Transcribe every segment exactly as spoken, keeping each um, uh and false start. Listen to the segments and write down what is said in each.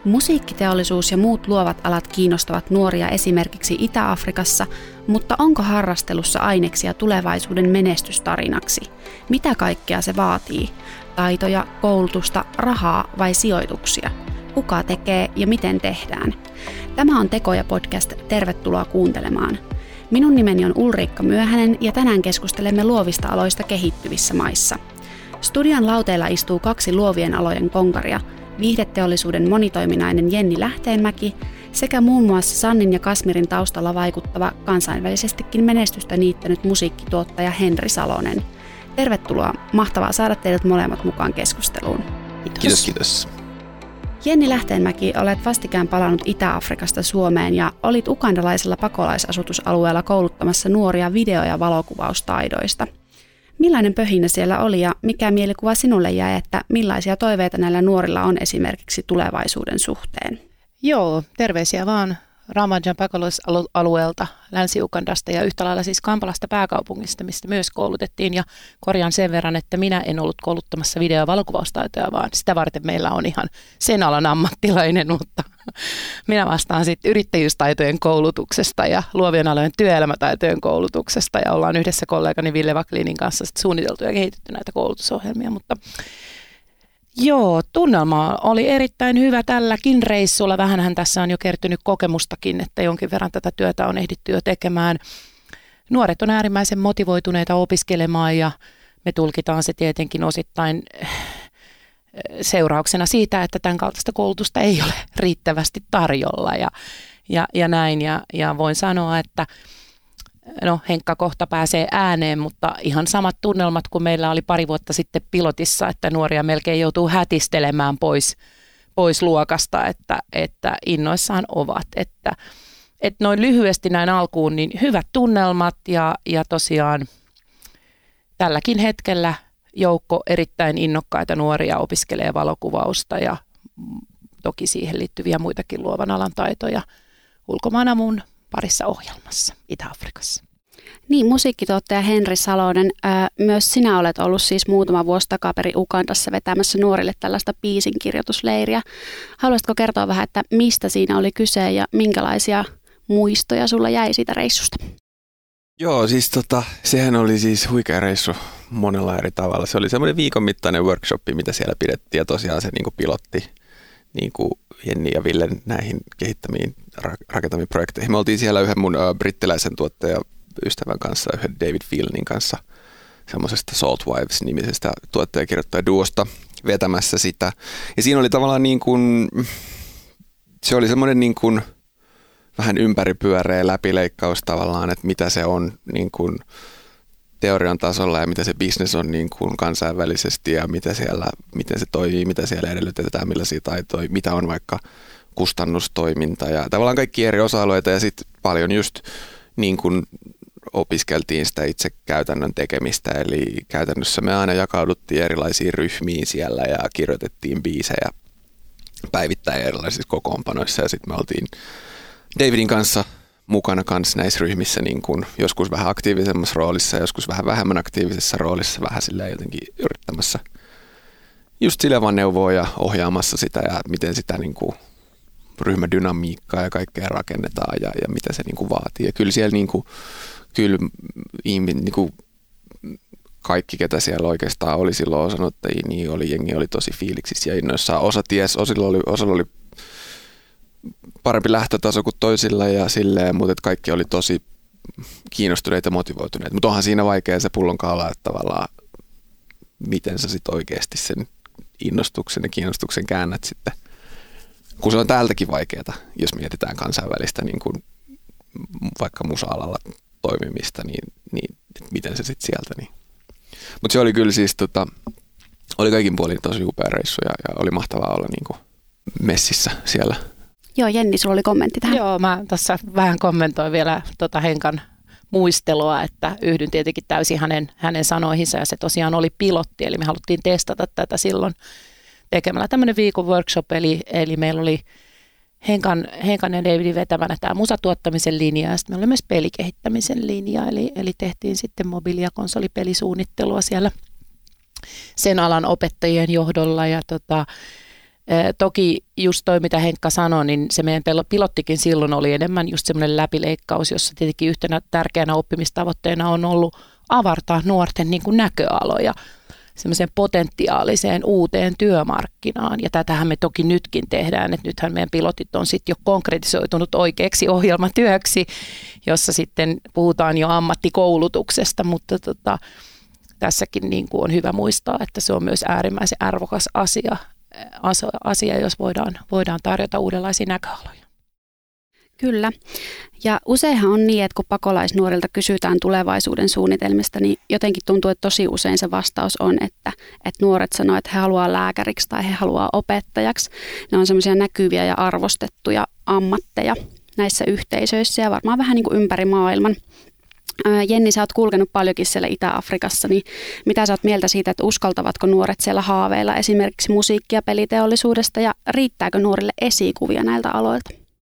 Musiikkiteollisuus ja muut luovat alat kiinnostavat nuoria esimerkiksi Itä-Afrikassa, mutta onko harrastelussa aineksia tulevaisuuden menestystarinaksi? Mitä kaikkea se vaatii? Taitoja, koulutusta, rahaa vai sijoituksia? Kuka tekee ja miten tehdään? Tämä on Tekoja podcast. Tervetuloa kuuntelemaan. Minun nimeni on Ulriikka Myöhänen ja tänään keskustelemme luovista aloista kehittyvissä maissa. Studion lauteilla istuu kaksi luovien alojen konkaria, viihdeteollisuuden monitoiminainen Jenni Lähteenmäki sekä muun muassa Sannin ja Kasmirin taustalla vaikuttava kansainvälisestikin menestystä niittänyt musiikkituottaja Henri Salonen. Tervetuloa, mahtavaa saada teidät molemmat mukaan keskusteluun. Kiitos. Kiitos, kiitos. Jenni Lähteenmäki, olet vastikään palannut Itä-Afrikasta Suomeen ja olit ugandalaisella pakolaisasutusalueella kouluttamassa nuoria video- ja valokuvaustaidoista. Millainen pöhinä siellä oli ja mikä mielikuva sinulle jäi, että millaisia toiveita näillä nuorilla on esimerkiksi tulevaisuuden suhteen? Joo, terveisiä vaan Ramajan pakolaisalueelta Länsi-Ugandasta ja yhtä lailla siis Kampalasta pääkaupungista, mistä myös koulutettiin. Ja korjaan sen verran, että minä en ollut kouluttamassa video- ja valokuvaustaitoja, vaan sitä varten meillä on ihan sen alan ammattilainen, mutta minä vastaan sitten yrittäjyystaitojen koulutuksesta ja luovien alojen työelämätaitojen koulutuksesta. Ja ollaan yhdessä kollegani Ville Waklinin kanssa sit suunniteltu ja kehitetty näitä koulutusohjelmia, mutta joo, tunnelma oli erittäin hyvä tälläkin reissulla. Vähänhän tässä on jo kertynyt kokemustakin, että jonkin verran tätä työtä on ehditty jo tekemään. Nuoret on äärimmäisen motivoituneita opiskelemaan ja me tulkitaan se tietenkin osittain seurauksena siitä, että tämän kaltaista koulutusta ei ole riittävästi tarjolla ja, ja, ja näin. Ja, ja voin sanoa, että no Henkka kohta pääsee ääneen, mutta ihan samat tunnelmat kuin meillä oli pari vuotta sitten pilotissa, että nuoria melkein joutuu hätistelemään pois, pois luokasta, että, että innoissaan ovat. Että, että noin lyhyesti näin alkuun, niin hyvät tunnelmat ja, ja tosiaan tälläkin hetkellä joukko erittäin innokkaita nuoria opiskelee valokuvausta ja toki siihen liittyviä muitakin luovan alan taitoja ulkomaanamun parissa ohjelmassa Itä-Afrikassa. Niin, musiikkituottaja Henri Salonen, ää, myös sinä olet ollut siis muutama vuosi takaperin Ugandassa vetämässä nuorille tällaista biisinkirjoitusleiriä. Haluaisitko kertoa vähän, että mistä siinä oli kyse ja minkälaisia muistoja sulla jäi siitä reissusta? Joo, siis tota, sehän oli siis huikea reissu monella eri tavalla. Se oli semmoinen viikon mittainen workshoppi, mitä siellä pidettiin ja tosiaan se niin kuin pilotti niin kuin Jenni ja Villen näihin kehittämiin, rakentamiin projekteihin. Me oltiin siellä yhden mun uh, brittiläisen tuottajan ystävän kanssa, yhden David Fielnin kanssa, semmoisesta Salt Wives-nimisestä tuottajakirjoittajaduosta vetämässä sitä. Ja siinä oli tavallaan niin kuin, se oli semmoinen niin kuin vähän ympäripyöreä läpileikkaus tavallaan, että mitä se on niin kuin teorian tasolla ja mitä se business on niin kuin kansainvälisesti ja mitä siellä, miten se toimii, mitä siellä edellytetään, millaisia taitoja, mitä on vaikka kustannustoiminta ja tavallaan kaikki eri osa-alueita ja sitten paljon just niin kuin opiskeltiin sitä itse käytännön tekemistä, eli käytännössä me aina jakauduttiin erilaisiin ryhmiin siellä ja kirjoitettiin biisejä päivittäin erilaisissa kokoonpanoissa ja sitten me oltiin Davidin kanssa mukana kanssa näissä ryhmissä niin kuin joskus vähän aktiivisemmassa roolissa, joskus vähän vähemmän aktiivisessa roolissa, vähän silleen jotenkin yrittämässä just sillä vaan neuvoa ja ohjaamassa sitä ja miten sitä niin kuin ryhmädynamiikkaa ja kaikkea rakennetaan ja, ja mitä se niin kuin vaatii. Ja kyllä siellä niin kuin, kyllä niin kuin kaikki, ketä siellä oikeastaan oli silloin osanottajia, niin oli, jengi oli tosi fiiliksissä ja innoissaan. Osa ties, osilla oli, osalla oli parempi lähtötaso kuin toisilla ja silleen, mutta kaikki oli tosi kiinnostuneita ja motivoituneita. Mutta onhan siinä vaikea se pullonkaula, että tavallaan miten sä sit oikeasti sen innostuksen ja kiinnostuksen käännät sitten. Kun se on täältäkin vaikeaa, jos mietitään kansainvälistä niin kuin vaikka musa-alalla toimimista, niin, niin miten se sitten sieltä. Niin. Mutta se oli kyllä siis, tota, oli kaikin puolin tosi upea reissu ja, ja oli mahtavaa olla niin kuin messissä siellä. Joo, Jenni, sulla oli kommentti tähän. Joo, mä tuossa vähän kommentoin vielä tota Henkan muistelua, että yhdyn tietenkin täysin hänen, hänen sanoihinsa ja se tosiaan oli pilotti, eli me haluttiin testata tätä silloin tekemällä tämmöinen viikon workshop, eli, eli meillä oli Henkan, Henkan ja Davidin vetämänä tämä musatuottamisen linja ja sitten meillä oli myös pelikehittämisen linja, eli, eli tehtiin sitten mobiili- ja konsolipelisuunnittelua siellä sen alan opettajien johdolla ja tota, Toki just toi, mitä Henkka sanoi, niin se meidän pilottikin silloin oli enemmän just semmoinen läpileikkaus, jossa tietenkin yhtenä tärkeänä oppimistavoitteena on ollut avartaa nuorten niin kuin näköaloja semmoiseen potentiaaliseen uuteen työmarkkinaan. Ja tätähän me toki nytkin tehdään, että nythän meidän pilotit on sitten jo konkretisoitunut oikeaksi ohjelmatyöksi, jossa sitten puhutaan jo ammattikoulutuksesta, mutta tota, tässäkin niin kuin on hyvä muistaa, että se on myös äärimmäisen arvokas asia, asia jos voidaan, voidaan tarjota uudenlaisia näköaloja. Kyllä. Ja useinhan on niin, että kun pakolaisnuorilta kysytään tulevaisuuden suunnitelmista, niin jotenkin tuntuu, että tosi usein se vastaus on, että, että nuoret sanoo, että he haluaa lääkäriksi tai he haluaa opettajaksi. Ne on semmoisia näkyviä ja arvostettuja ammatteja näissä yhteisöissä ja varmaan vähän niin kuin ympäri maailman. Jenni, sä oot kulkenut paljonkin siellä Itä-Afrikassa, niin mitä sä oot mieltä siitä, että uskaltavatko nuoret siellä haaveilla esimerkiksi musiikki- ja peliteollisuudesta ja riittääkö nuorille esikuvia näiltä aloilta?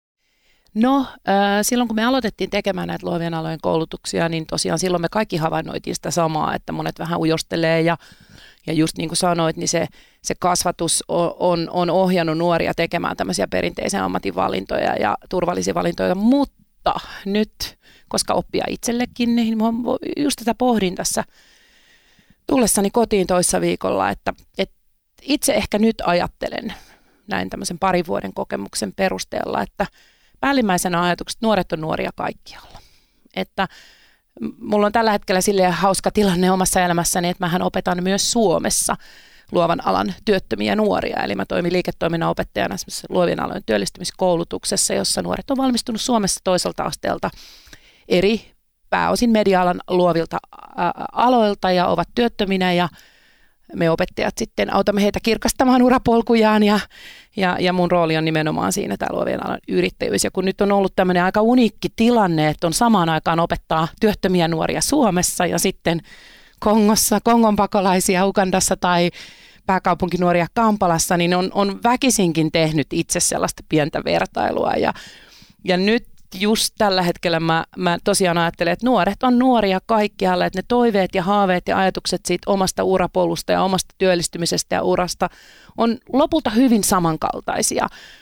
No, äh, silloin kun me aloitettiin tekemään näitä luovien alojen koulutuksia, niin tosiaan silloin me kaikki havainnoitiin sitä samaa, että monet vähän ujostelee ja, ja just niin kuin sanoit, niin se, se kasvatus on, on, on ohjannut nuoria tekemään tämmöisiä perinteisiä ammatinvalintoja ja turvallisia valintoja, mutta nyt, koska oppia itsellekin, niin just tätä pohdin tässä tullessani kotiin toissa viikolla, että, että itse ehkä nyt ajattelen näin tämmöisen parin vuoden kokemuksen perusteella, että päällimmäisenä ajatukset, nuoret on nuoria kaikkialla. Että mulla on tällä hetkellä silleen hauska tilanne omassa elämässäni, että mähän opetan myös Suomessa luovan alan työttömiä nuoria. Eli mä toimin liiketoiminnan opettajana luovien alojen työllistymiskoulutuksessa, jossa nuoret on valmistunut Suomessa toiselta asteelta eri pääosin media-alan luovilta aloilta ja ovat työttöminä ja me opettajat sitten autamme heitä kirkastamaan urapolkujaan ja, ja, ja mun rooli on nimenomaan siinä tämä luovien alan yrittäjyys. Ja kun nyt on ollut tämmöinen aika uniikki tilanne, että on samaan aikaan opettaa työttömiä nuoria Suomessa ja sitten Kongossa, Kongon pakolaisia Ugandassa tai pääkaupunkinuoria Kampalassa, niin on, on väkisinkin tehnyt itse sellaista pientä vertailua. Ja, ja nyt just tällä hetkellä mä, mä tosiaan ajattelen, että nuoret on nuoria kaikkialla, että ne toiveet ja haaveet ja ajatukset siitä omasta urapolusta ja omasta työllistymisestä ja urasta on lopulta hyvin samankaltaisia.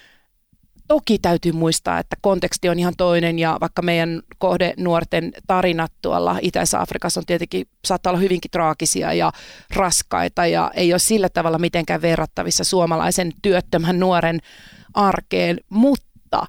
Toki täytyy muistaa, että konteksti on ihan toinen ja vaikka meidän kohdenuorten tarinat tuolla Itäisessä Afrikassa on tietenkin, saattaa olla hyvinkin traagisia ja raskaita ja ei ole sillä tavalla mitenkään verrattavissa suomalaisen työttömän nuoren arkeen, mutta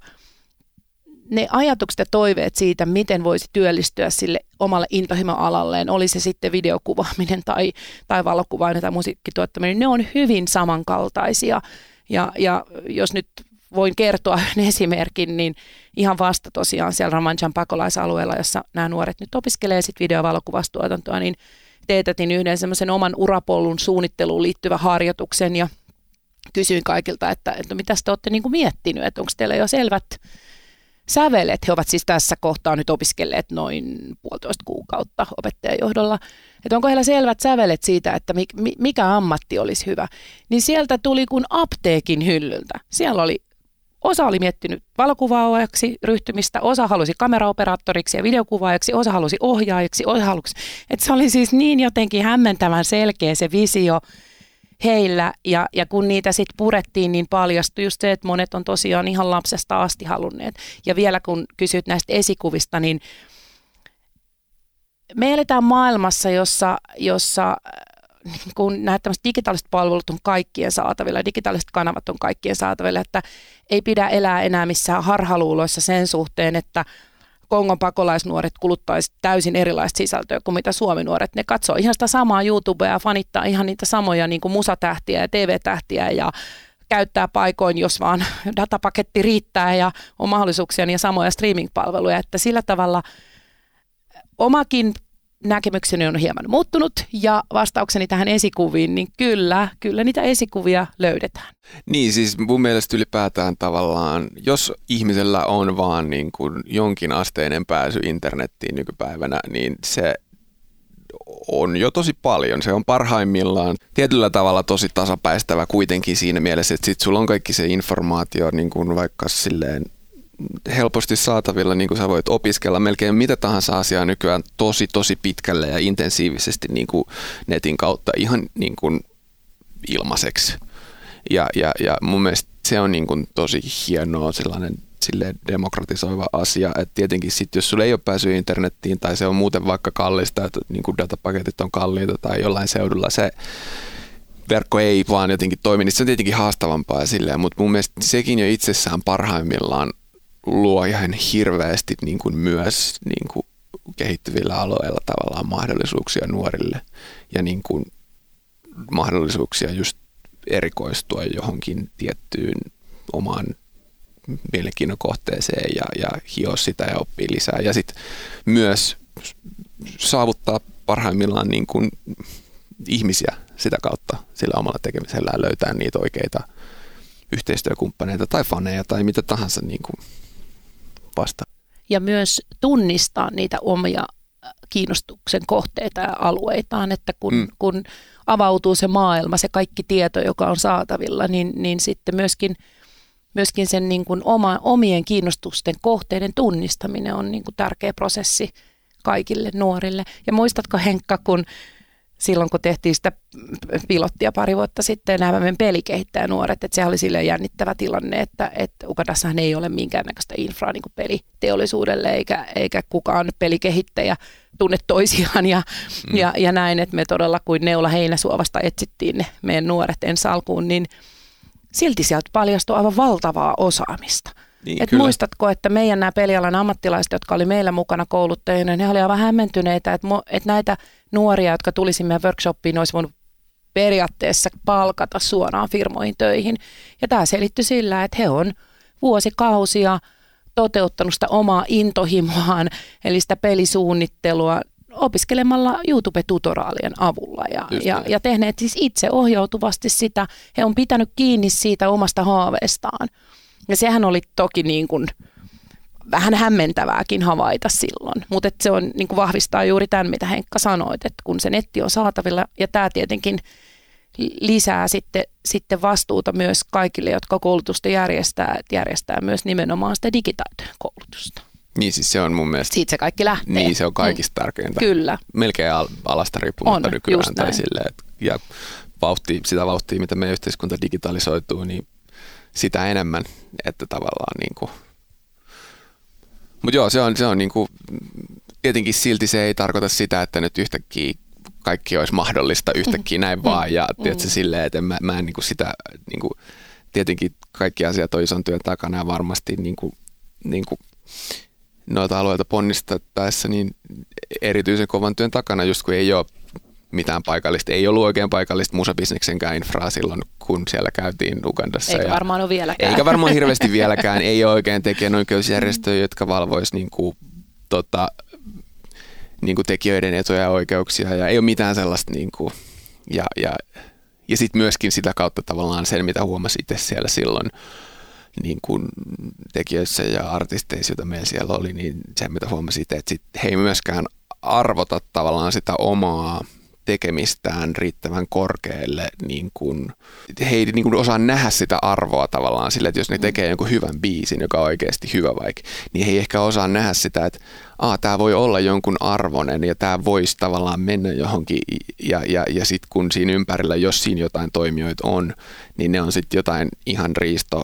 ne ajatukset ja toiveet siitä, miten voisi työllistyä sille omalle intohimo-alalleen, oli se sitten videokuvaaminen tai, tai valokuvaaminen tai musiikkituottaminen, ne on hyvin samankaltaisia. Ja, ja jos nyt voin kertoa yhden esimerkin, niin ihan vasta tosiaan siellä Ramanjan pakolaisalueella, jossa nämä nuoret nyt opiskelee sitten video- ja valokuvastuotantoa, niin teetätin yhden semmoisen oman urapolun suunnitteluun liittyvän harjoituksen ja kysyin kaikilta, että, että mitäs te olette niin kuin miettinyt, että onko teillä jo selvät sävelet. He ovat siis tässä kohtaa nyt opiskelleet noin puolitoista kuukautta opettajan johdolla. Että onko heillä selvät sävelet siitä, että mikä ammatti olisi hyvä. Niin sieltä tuli kuin apteekin hyllyltä. Siellä oli, osa oli miettinyt valokuvaajaksi ryhtymistä, osa halusi kameraoperaattoriksi ja videokuvaajaksi, osa halusi ohjaajaksi, osa halusi. Että se oli siis niin jotenkin hämmentävän selkeä se visio heillä, ja, ja kun niitä sitten purettiin, niin paljastui just se, että monet on tosiaan ihan lapsesta asti halunneet. Ja vielä kun kysyt näistä esikuvista, niin me eletään maailmassa, jossa, jossa kun nämä tämmöiset digitaaliset palvelut on kaikkien saatavilla, digitaaliset kanavat on kaikkien saatavilla, että ei pidä elää enää missään harhaluuloissa sen suhteen, että Kongon pakolaisnuoret kuluttaisi täysin erilaista sisältöä kuin mitä Suomi-nuoret. Ne katsoo ihan sitä samaa YouTubea ja fanittaa ihan niitä samoja niin kuin musatähtiä ja T V-tähtiä ja käyttää paikoin, jos vaan datapaketti riittää ja on mahdollisuuksia ja samoja streaming-palveluja. Että sillä tavalla omakin näkemykseni on hieman muuttunut ja vastaukseni tähän esikuviin, niin kyllä, kyllä niitä esikuvia löydetään. Niin, siis mun mielestä ylipäätään tavallaan, jos ihmisellä on vaan niin kuin jonkin asteinen pääsy internettiin nykypäivänä, niin se on jo tosi paljon. Se on parhaimmillaan tietyllä tavalla tosi tasapäistävä kuitenkin siinä mielessä, että sit sulla on kaikki se informaatio niin kuin vaikka silleen helposti saatavilla, niin kuin sä voit opiskella melkein mitä tahansa asiaa nykyään tosi, tosi pitkälle ja intensiivisesti niin kuin netin kautta ihan niin kuin ilmaiseksi. Ja, ja, ja mun mielestä se on niin kuin tosi hienoa sellainen silleen demokratisoiva asia, että tietenkin sitten jos sulla ei ole päässyt internettiin tai se on muuten vaikka kallista, että niin kuin datapaketit on kalliita tai jollain seudulla se verkko ei vaan jotenkin toimi, niin se on tietenkin haastavampaa silleen, mutta mun mielestä sekin jo itsessään parhaimmillaan luo ihan hirveästi niin kuin myös niin kuin kehittyvillä alueilla tavallaan mahdollisuuksia nuorille ja niin kuin mahdollisuuksia just erikoistua johonkin tiettyyn omaan mielenkiinnon kohteeseen ja, ja hioa sitä ja oppii lisää. Ja sitten myös saavuttaa parhaimmillaan niin kuin ihmisiä sitä kautta sillä omalla tekemisellään, löytää niitä oikeita yhteistyökumppaneita tai faneja tai mitä tahansa niin kuin vasta. Ja myös tunnistaa niitä omia kiinnostuksen kohteita ja alueitaan, että kun, mm. kun avautuu se maailma, se kaikki tieto, joka on saatavilla, niin, niin sitten myöskin, myöskin sen niin kuin oma, omien kiinnostusten kohteiden tunnistaminen on niin kuin tärkeä prosessi kaikille nuorille. Ja muistatko, Henkka, kun silloin kun tehtiin sitä pilottia pari vuotta sitten, nämä meidän pelikehittäjänuoret, että se oli silleen jännittävä tilanne, että, että Ugandassahan ei ole minkäännäköistä infraa niin kuin peliteollisuudelle, eikä, eikä kukaan pelikehittäjä tunne toisiaan ja, mm. ja, ja näin, että me todella kuin neula heinäsuovasta etsittiin ne meidän nuoret ensi alkuun, niin silti sieltä paljastui aivan valtavaa osaamista. Niin, et muistatko, että meidän nämä pelialan ammattilaiset, jotka oli meillä mukana kouluttajina, ne oli aivan hämmentyneitä, että, mo, että näitä nuoria, jotka tulisi meidän workshopiin, olisi voinut periaatteessa palkata suoraan firmoihin töihin. Ja tämä selittyi sillä, että he on vuosikausia toteuttanut sitä omaa intohimoaan, eli sitä pelisuunnittelua opiskelemalla YouTube-tutoraalien avulla ja, ja, ja tehneet siis itse ohjautuvasti sitä. He on pitänyt kiinni siitä omasta haaveestaan. Ja sehän oli toki niin kuin vähän hämmentävääkin havaita silloin, mutta se on, niin kuin vahvistaa juuri tämän, mitä Henkka sanoit, että kun se netti on saatavilla, ja tämä tietenkin lisää sitten, sitten vastuuta myös kaikille, jotka koulutusta järjestää, että järjestää myös nimenomaan sitä digitaitojen koulutusta. Niin siis se on mun mielestä. Siitä se kaikki lähtee. Niin se on kaikista mm. tärkeintä. Kyllä. Melkein alasta riippumatta on, nykyään. Tai silleen, että, ja vauhtia, sitä vauhtia, mitä meidän yhteiskunta digitalisoituu, niin sitä enemmän, että tavallaan niin kuin. Mutta joo, se on, se on niin kuin, tietenkin silti se ei tarkoita sitä, että nyt yhtäkkiä kaikki olisi mahdollista yhtäkkiä näin vaan. Ja tietysti silleen, että mä, mä en niin kuin sitä, niin kuin, tietenkin kaikki asiat on ison työn takana ja varmasti niin kuin, niin kuin noita alueita ponnistettaessa niin erityisen kovan työn takana, just kun ei ole mitään paikallista. Ei ollut oikein paikallista musabisneksenkään infraa silloin, kun siellä käytiin Ugandassa. Eikä varmaan ole vieläkään. Eikä varmaan hirveästi vieläkään. Ei ole oikein tekijänoikeusjärjestöjä, jotka valvoisi niin kuin, tota, niin kuin tekijöiden etuja ja oikeuksia. Ja ei ole mitään sellaista. Niin kuin, ja ja, ja sitten myöskin sitä kautta tavallaan sen, mitä huomasi itse siellä silloin niin kuin tekijöissä ja artisteissa, joita meillä siellä oli, niin se, mitä huomasi itse, että sit he ei myöskään arvota tavallaan sitä omaa tekemistään riittävän korkealle, niin kuin, he ei niin kuin osaa nähdä sitä arvoa tavallaan sillä, että jos ne tekee jonkun hyvän biisin, joka on oikeasti hyvä vaikka, niin he ei ehkä osaa nähdä sitä, että Aa, tämä voi olla jonkun arvoinen ja tämä voisi tavallaan mennä johonkin ja, ja, ja sitten kun siinä ympärillä, jos siinä jotain toimijoita on, niin ne on sitten jotain ihan riisto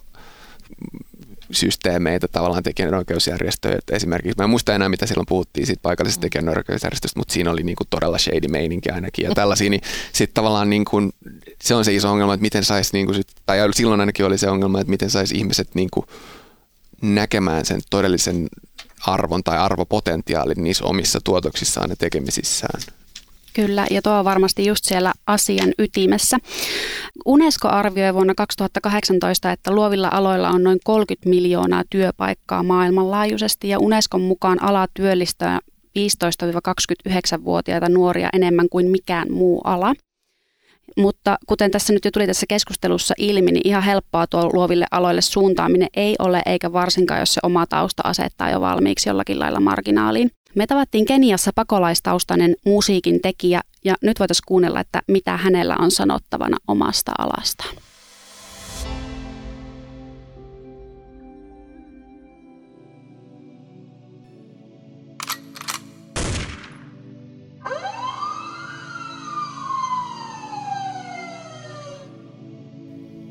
systeemeitä, tavallaan tekijänoikeusjärjestöjä. Esimerkiksi, mä en muista enää, mitä silloin puhuttiin siitä paikallisesta tekijänoikeusjärjestöstä, mutta siinä oli niinku todella shady meininki ainakin ja tällaisia, niin sitten tavallaan niinku, se on se iso ongelma, että miten saisi, niinku sit, tai silloin ainakin oli se ongelma, että miten saisi ihmiset niinku näkemään sen todellisen arvon tai arvopotentiaalin niissä omissa tuotoksissaan ja tekemisissään. Kyllä, ja tuo on varmasti just siellä asian ytimessä. UNESCO arvioi vuonna kaksituhattakahdeksantoista, että luovilla aloilla on noin kolmekymmentä miljoonaa työpaikkaa maailmanlaajuisesti, ja Unescon mukaan ala työllistää viisitoista–kaksikymmentäyhdeksänvuotiaita nuoria enemmän kuin mikään muu ala. Mutta kuten tässä nyt jo tuli tässä keskustelussa ilmi, niin ihan helppoa tuo luoville aloille suuntaaminen ei ole, eikä varsinkaan, jos se oma tausta asettaa jo valmiiksi jollakin lailla marginaaliin. Me tavattiin Keniassa pakolaistaustainen musiikin tekijä, ja nyt voitaisiin kuunnella, että mitä hänellä on sanottavana omasta alastaan.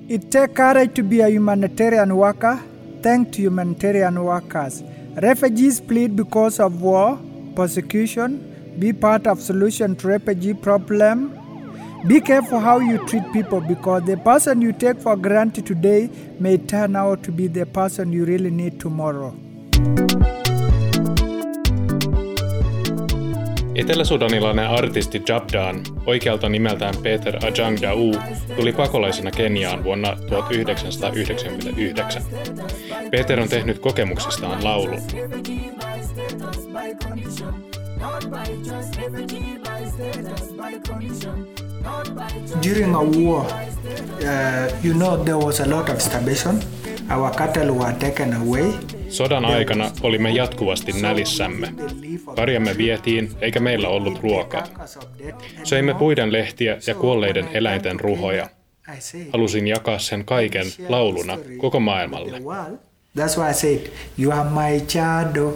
It takes courage to be a humanitarian worker. Thank to humanitarian workers. Refugees plead because of war, persecution. Be part of solution to refugee problem. Be careful how you treat people because the person you take for granted today may turn out to be the person you really need tomorrow. Etelä-sudanilainen artisti Jabdan, oikealta nimeltään Peter Ajang Dau, tuli pakolaisena Keniaan vuonna tuhatyhdeksänsataayhdeksänkymmentäyhdeksän. Peter on tehnyt kokemuksistaan laulun. During a war, uh, you know there was a lot of starvation. Our cattle were taken away. Sodan aikana olimme jatkuvasti nälissämme. Karjamme vietiin, eikä meillä ollut ruokaa. Söimme puiden lehtiä ja kuolleiden eläinten ruhoja. Halusin jakaa sen kaiken lauluna koko maailmalle. That's why I said, you are my shadow.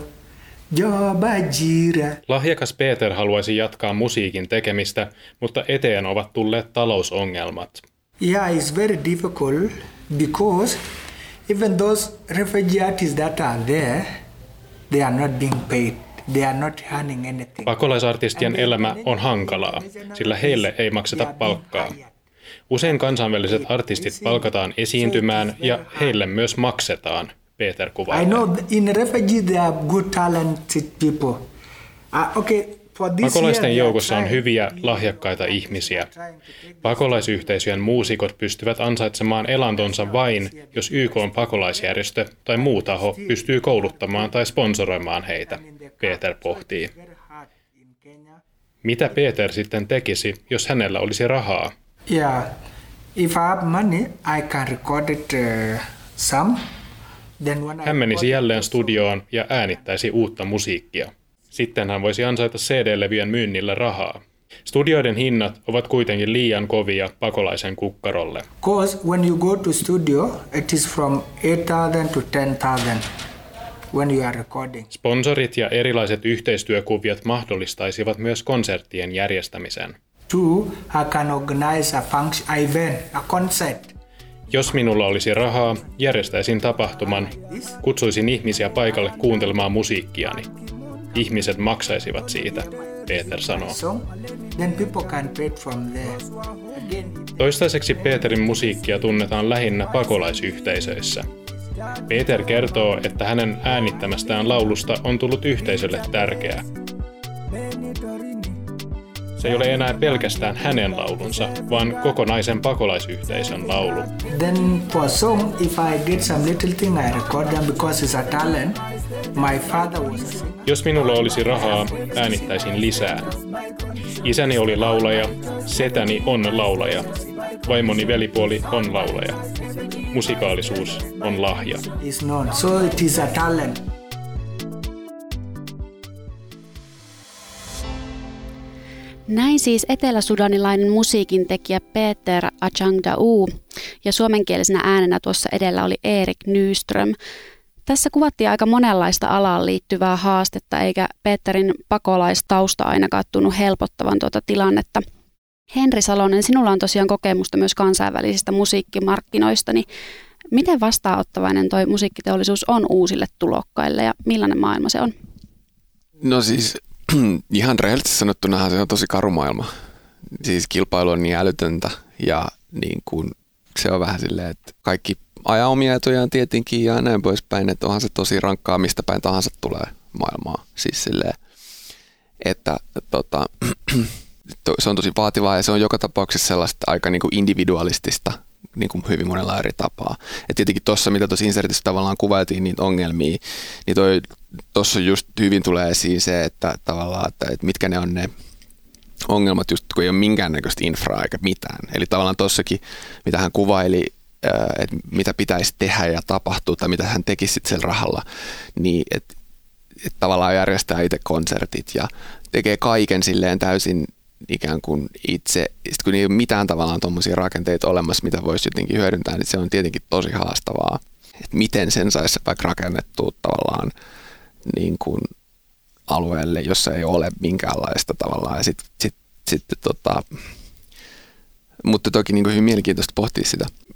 Lahjakas Peter haluaisi jatkaa musiikin tekemistä, mutta eteen ovat tulleet talousongelmat. Yeah, it's very difficult because even those refugee artists that are there, they are not being paid. They are not earning anything. Pakolaisartistien elämä on hankalaa, sillä heille ei makseta palkkaa. Usein kansainväliset artistit palkataan esiintymään ja heille myös maksetaan. Peter kuvaa. I know in refugees there are good talented people. Uh, okay, for this Pakolaisten joukossa on hyviä, lahjakkaita ihmisiä. Pakolaisyhteisöjen muusikot pystyvät ansaitsemaan elantonsa vain, jos Y K:n pakolaisjärjestö tai muu taho pystyy kouluttamaan tai sponsoroimaan heitä, Peter pohtii. Mitä Peter sitten tekisi, jos hänellä olisi rahaa? Yeah, if I have money, I can record it uh, some. Hän menisi jälleen studioon ja äänittäisi uutta musiikkia. Sitten hän voisi ansaita C D-levyjen myynnillä rahaa. Studioiden hinnat ovat kuitenkin liian kovia pakolaisen kukkarolle. Because when you go to studio, it is from eight thousand to ten thousand when you are recording. Sponsorit ja erilaiset yhteistyökuviot mahdollistaisivat myös konserttien järjestämisen. Two, I can organize a function, event, a concert. Jos minulla olisi rahaa, järjestäisin tapahtuman, kutsuisin ihmisiä paikalle kuuntelemaan musiikkiani. Ihmiset maksaisivat siitä, Peter sanoo. Toistaiseksi Peterin musiikkia tunnetaan lähinnä pakolaisyhteisöissä. Peter kertoo, että hänen äänittämästään laulusta on tullut yhteisölle tärkeää. Se ei ole enää pelkästään hänen laulunsa, vaan kokonaisen pakolaisyhteisön laulu. Then for song, if I get some little thing, I record them because it's a talent. My father was a singer. Jos minulla olisi rahaa, äänittäisin lisää. Isäni oli laulaja, setäni on laulaja, vaimoni velipuoli on laulaja. Musikaalisuus on lahja. It's known, so it is a talent. Näin siis eteläsudanilainen musiikintekijä Peter Ajang Dau ja suomenkielisenä äänenä tuossa edellä oli Erik Nyström. Tässä kuvattiin aika monenlaista alaan liittyvää haastetta, eikä Peterin pakolaistausta ainakaan tunnu helpottavan tuota tilannetta. Henri Salonen, sinulla on tosiaan kokemusta myös kansainvälisistä musiikkimarkkinoista, niin miten vastaanottavainen toi musiikkiteollisuus on uusille tulokkaille ja millainen maailma se on? No siis ihan rehellisesti sanottunahan se on tosi karu maailma. Siis kilpailu on niin älytöntä ja niin kuin se on vähän silleen, että kaikki ajaa omia etojaan tietenkin ja näin poispäin, että onhan se tosi rankkaa, mistä päin tahansa tulee maailmaa. Siis silleen, että tota, se on tosi vaativaa ja se on joka tapauksessa sellaista aika niin kuin individualistista niin kuin hyvin monella eri tapaa. Et tietenkin tuossa, mitä tuossa insertissä tavallaan kuvailtiin niitä ongelmia, niin tuossa just hyvin tulee esiin se, että tavallaan, että, että mitkä ne on ne ongelmat, just kun ei ole minkäännäköistä infraa eikä mitään. Eli tavallaan tuossakin, mitä hän kuvaili, että mitä pitäisi tehdä ja tapahtua tai mitä hän tekisi sitten sillä rahalla, niin että et tavallaan järjestää itse konsertit ja tekee kaiken silleen täysin ikään kuin itse, sit kun ei ole mitään tavallaan tuommoisia rakenteita olemassa, mitä voisi jotenkin hyödyntää, niin se on tietenkin tosi haastavaa, että miten sen saisi vaikka rakennettua tavallaan niin kuin alueelle, jossa ei ole minkäänlaista tavallaan. Ja sit, sit, sit, tota, mutta toki niin kuin hyvin mielenkiintoista pohtia sitä.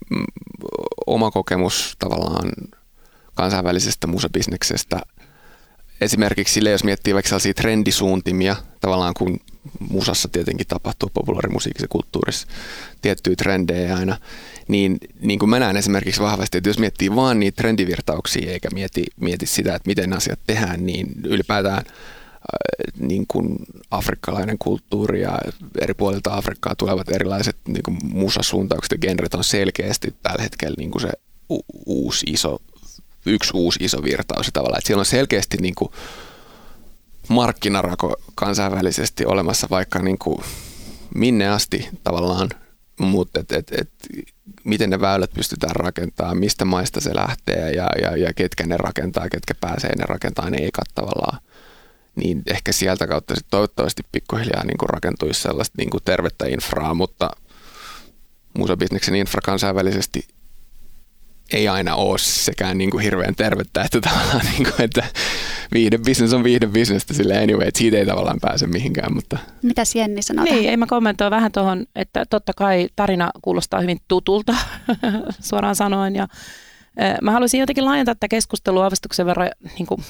oma kokemus tavallaan kansainvälisestä musabisneksestä. Esimerkiksi sille, jos miettii vaikka sellaisia trendisuuntimia, tavallaan kun musassa tietenkin tapahtuu populaarimusiikissa kulttuurissa tiettyjä trendejä aina, niin, niin kuin mä näen esimerkiksi vahvasti, että jos miettii vaan niitä trendivirtauksia eikä mieti, mieti sitä, että miten asiat tehdään, niin ylipäätään äh, niin kuin afrikkalainen kulttuuri ja eri puolilta Afrikkaa tulevat erilaiset niin kuin musasuuntaukset ja genret on selkeästi tällä hetkellä niin kuin se u- uusi iso yksi uusi iso virtaus tavallaan, että siellä on selkeästi niin kuin markkinarako kansainvälisesti olemassa vaikka niin kuin minne asti tavallaan, mutta et, et, et, miten ne väylät pystytään rakentamaan, mistä maista se lähtee ja, ja, ja ketkä ne rakentaa, ketkä pääsee ne rakentaa, ne eikä tavallaan. Niin ehkä sieltä kautta sit toivottavasti pikkuhiljaa niin kuin rakentuisi sellaista niin kuin tervettä infraa, mutta musabisneksen infra kansainvälisesti ei aina ole sekään niin kuin hirveän tervettä, että, tavallaan, niin kuin, että viihdebisnes on viihdebisnestä sille anyway, että siitä ei tavallaan pääse mihinkään. Mutta. Mitäs Jenni sanoo Niin, tähän? ei mä kommentoin vähän tuohon, että totta kai tarina kuulostaa hyvin tutulta suoraan sanoen. Ja, äh, mä haluaisin jotenkin laajentaa tätä keskustelua avastuksen verran niin kuin,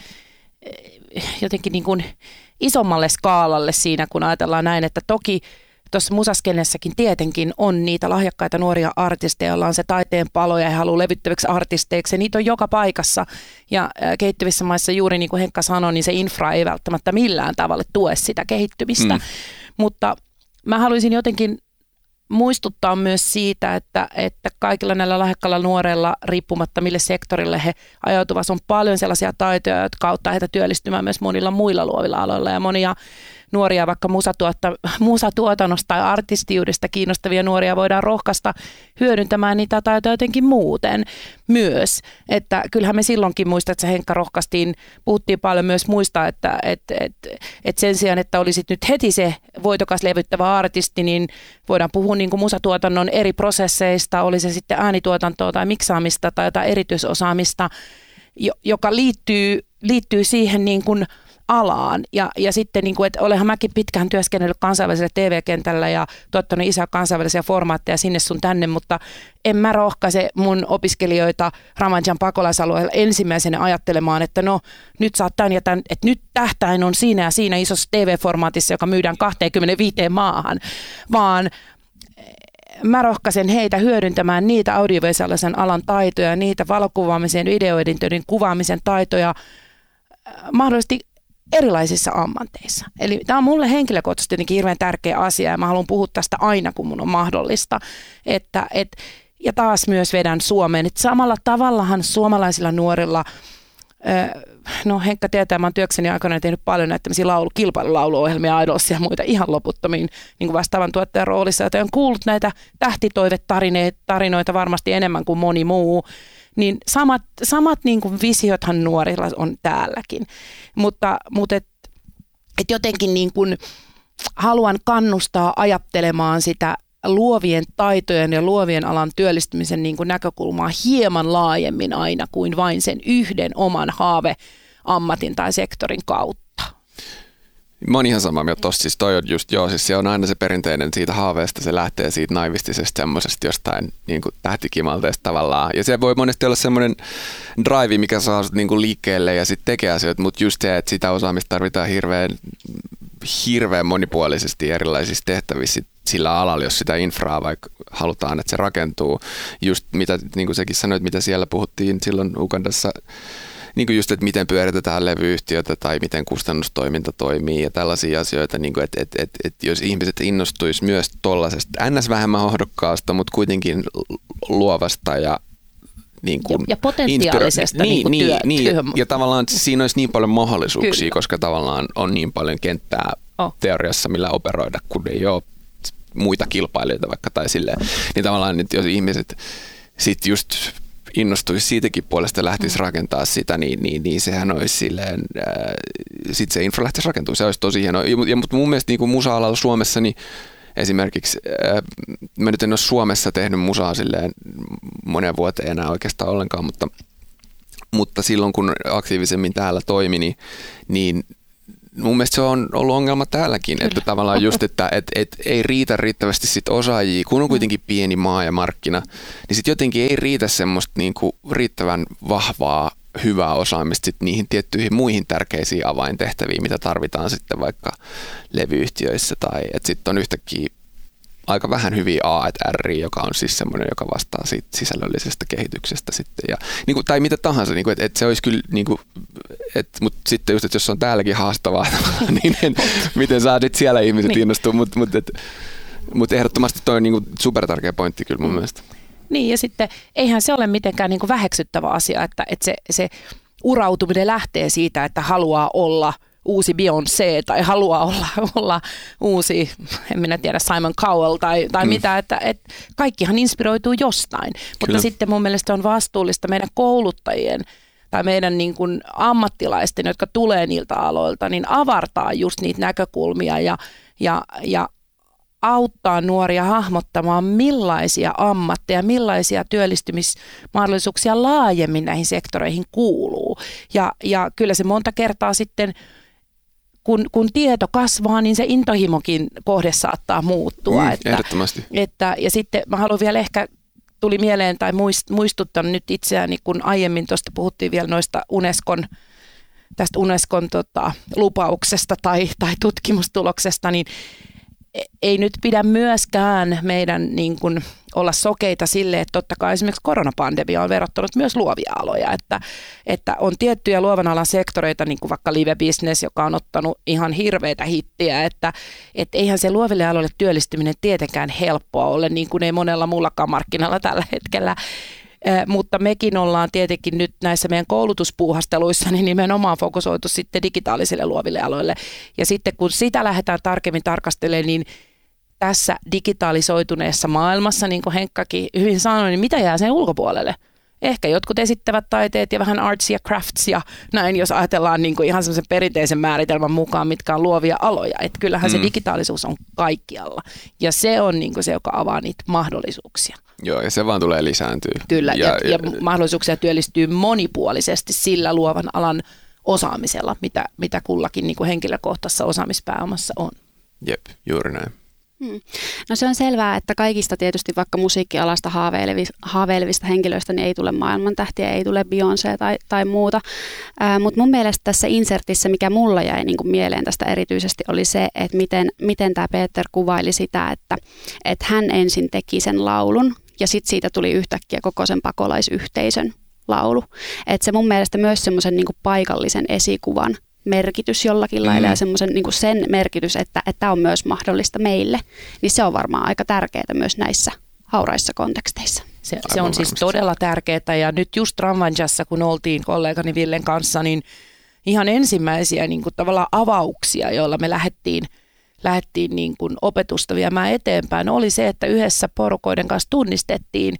äh, jotenkin niin kuin isommalle skaalalle siinä, kun ajatellaan näin, että toki tuossa musaskennessäkin tietenkin on niitä lahjakkaita nuoria artisteja, joilla on se taiteen palo ja he haluaa levyttäviksi artisteiksi. Niitä on joka paikassa ja kehittyvissä maissa juuri niin kuin Henkka sanoi, niin se infra ei välttämättä millään tavalla tue sitä kehittymistä. Mm. Mutta mä haluaisin jotenkin muistuttaa myös siitä, että, että kaikilla näillä lahjakkailla nuorilla, riippumatta mille sektorille he ajautuvat, on paljon sellaisia taitoja, jotka auttaa heitä työllistymään myös monilla muilla luovilla aloilla ja monia nuoria, vaikka musatuotta, musatuotannosta tai artistiudesta kiinnostavia nuoria voidaan rohkaista hyödyntämään niitä taitoja jotenkin muuten myös. Että kyllähän me silloinkin muistat, että se Henkka rohkaistiin, puhuttiin paljon myös muista, että et, et, et sen sijaan, että olisit nyt heti se voitokas levyttävä artisti, niin voidaan puhua niin kuin musatuotannon eri prosesseista, oli se sitten äänituotantoa tai miksaamista tai jotain erityisosaamista, joka liittyy, liittyy siihen niin kuin alaan. Ja, ja sitten, niin kuin, että olenhan mäkin pitkään työskennellyt kansainvälisellä T V-kentällä ja tuottanut isoja kansainvälisiä formaatteja sinne sun tänne, mutta en mä rohkaise mun opiskelijoita Ramadan pakolaisalueella ensimmäisenä ajattelemaan, että no nyt saat tämän ja tämän, että nyt tähtäin on siinä ja siinä isossa T V-formaatissa, joka myydään kaksikymmentäviisi maahan, vaan mä rohkaisen heitä hyödyntämään niitä audiovisuaalisen alan taitoja, niitä valokuvaamisen, videoeditoinnin kuvaamisen taitoja mahdollisesti erilaisissa ammateissa. Eli tämä on mulle henkilökohtaisesti jotenkin hirveän tärkeä asia ja mä haluan puhua tästä aina, kun mun on mahdollista. Että, et, ja taas myös vedän Suomeen. Et samalla tavallahan suomalaisilla nuorilla, no Henkka tietää, mä oon työkseni aikana tehnyt paljon näitä laulu, kilpailulauluohjelmia, Idolsia ja muita ihan loputtomiin niin kuin vastaavan tuottajan roolissa, joten on kuullut näitä tähtitoivetarinoita varmasti enemmän kuin moni muu. Niin samat, samat niin kuin visiothan nuorilla on täälläkin, mutta, mutta et, et jotenkin niin kuin haluan kannustaa ajattelemaan sitä luovien taitojen ja luovien alan työllistymisen niin kuin näkökulmaa hieman laajemmin aina kuin vain sen yhden oman haaveammatin tai sektorin kautta. Mä oon ihan samaa mieltä tossa, siis toi on just, joo, siis se on aina se perinteinen siitä haaveesta, se lähtee siitä naivistisesta semmoisesta jostain niin kuin tähtikimalteesta tavallaan, ja se voi monesti olla semmoinen drive, mikä saa sut niin kuin liikkeelle ja sitten tekee asioita, mutta just se, että sitä osaamista tarvitaan hirveän, hirveän monipuolisesti erilaisissa tehtävissä sillä alalla, jos sitä infraa vaikka halutaan, että se rakentuu, just mitä, niin kuin säkin sanoit, mitä siellä puhuttiin silloin Ugandassa, niin kuin just, että miten pyöritetään levyyhtiötä tai miten kustannustoiminta toimii ja tällaisia asioita, niin kuin, että, että, että, että jos ihmiset innostuisi myös tuollaisesta ns. Vähemmän hohdokkaasta, mutta kuitenkin luovasta ja niin kuin ja, ja potentiaalisesta inspira- niin, niin, työ, niin, työ. ja, ja tavallaan siinä olisi niin paljon mahdollisuuksia, Kyllä. koska tavallaan on niin paljon kenttää oh. teoriassa, millä operoida, kun ei ole muita kilpailijoita vaikka tai silleen, niin tavallaan, että jos ihmiset sitten just innostuisi siitäkin puolesta ja lähtisi rakentaa sitä, niin, niin, niin sehän olisi silleen, äh, sitten se infra lähtisi rakentumaan, se olisi tosi hienoa. Ja, ja, mutta mun mielestä niin kuin musa-alalla Suomessa, niin esimerkiksi, äh, mä nyt en ole Suomessa tehnyt musaa silleen monen vuoteen enää oikeastaan ollenkaan, mutta, mutta silloin kun aktiivisemmin täällä toimi, niin, niin mun mielestä se on ollut ongelma täälläkin, Kyllä. että tavallaan just, että et, et ei riitä riittävästi sit osaajia, kun on kuitenkin pieni maa ja markkina, niin sitten jotenkin ei riitä semmoista niinku riittävän vahvaa, hyvää osaamista sit niihin tiettyihin muihin tärkeisiin avaintehtäviin, mitä tarvitaan sitten vaikka levyyhtiöissä, tai että sitten on yhtäkkiä aika vähän hyviä A et R, joka on siis semmoinen, joka vastaa siitä sisällöllisestä kehityksestä sitten. Ja, niin kuin, tai mitä tahansa, niin kuin, että, että se olisi kyllä, niin kuin, että, mutta sitten just, että jos on täälläkin haastavaa, niin en, miten saa sitten siellä ihmiset niin. innostua, mutta, mutta, että, mutta ehdottomasti toi on niin kuin supertärkeä pointti kyllä mun mm. mielestä. Niin ja sitten eihän se ole mitenkään niin kuin väheksyttävä asia, että, että se, se urautuminen lähtee siitä, että haluaa olla uusi Beyoncé tai haluaa olla, olla uusi, en minä tiedä, Simon Cowell tai, tai mm. mitä, että, että kaikkihan inspiroituu jostain. Kyllä. Mutta sitten mun mielestä on vastuullista meidän kouluttajien tai meidän niin kuin ammattilaisten, jotka tulee niiltä aloilta, niin avartaa just niitä näkökulmia ja, ja, ja auttaa nuoria hahmottamaan, millaisia ammatteja, millaisia työllistymismahdollisuuksia laajemmin näihin sektoreihin kuuluu. Ja, ja kyllä se monta kertaa sitten, kun, kun tieto kasvaa, niin se intohimokin kohde saattaa muuttua. Mm, että, ehdottomasti. Että, ja sitten mä haluan vielä ehkä, tuli mieleen tai muistuttanut nyt itseäni, kun aiemmin tuosta puhuttiin vielä noista Unescon, tästä Unescon tota, lupauksesta tai, tai tutkimustuloksesta, niin ei nyt pidä myöskään meidän niin kuin olla sokeita sille, että totta kai esimerkiksi koronapandemia on verottanut myös luovia aloja, että, että on tiettyjä luovan alan sektoreita, niin kuin vaikka live-business, joka on ottanut ihan hirveitä hittiä, että et eihän se luoville aloille työllistyminen tietenkään helppoa ole, niin kuin ei monella muullakaan markkinalla tällä hetkellä. Eh, mutta mekin ollaan tietenkin nyt näissä meidän koulutuspuuhasteluissa niin nimenomaan fokusoitu sitten digitaalisille luoville aloille. Ja sitten kun sitä lähdetään tarkemmin tarkastelemaan, niin tässä digitalisoituneessa maailmassa, niin kuin Henkkakin hyvin sanoi, niin mitä jää sen ulkopuolelle? Ehkä jotkut esittävät taiteet ja vähän arts ja crafts ja näin, jos ajatellaan niin kuin ihan semmoisen perinteisen määritelmän mukaan, mitkä on luovia aloja. Että kyllähän mm. se digitaalisuus on kaikkialla ja se on niin kuin se, joka avaa niitä mahdollisuuksia. Joo, ja se vaan tulee lisääntyä. Kyllä, ja, ja, ja mahdollisuuksia työllistyy monipuolisesti sillä luovan alan osaamisella, mitä, mitä kullakin niin kuin henkilökohtaisessa osaamispääomassa on. Jep, juuri näin. Hmm. No se on selvää, että kaikista tietysti vaikka musiikkialasta haaveilevista, haaveilevista henkilöistä niin ei tule maailmantähtiä, ei tule Beyoncé tai, tai muuta, äh, mutta mun mielestä tässä insertissä, mikä mulla jäi niin kuin mieleen tästä erityisesti, oli se, että miten, miten tämä Peter kuvaili sitä, että, että hän ensin teki sen laulun ja sitten siitä tuli yhtäkkiä koko sen pakolaisyhteisön laulu. Että se mun mielestä myös semmoisen niin kuin paikallisen esikuvan merkitys jollakin mm. lailla ja semmoisen niin kuin sen merkitys, että tämä on myös mahdollista meille, niin se on varmaan aika tärkeää myös näissä hauraissa konteksteissa. Se, se on siis todella tärkeää ja nyt just Ramanjassa, kun oltiin kollegani Villen kanssa, niin ihan ensimmäisiä niin kuin tavallaan avauksia, joilla me lähdettiin, lähdettiin niin kuin opetusta viemään eteenpäin, oli se, että yhdessä porukoiden kanssa tunnistettiin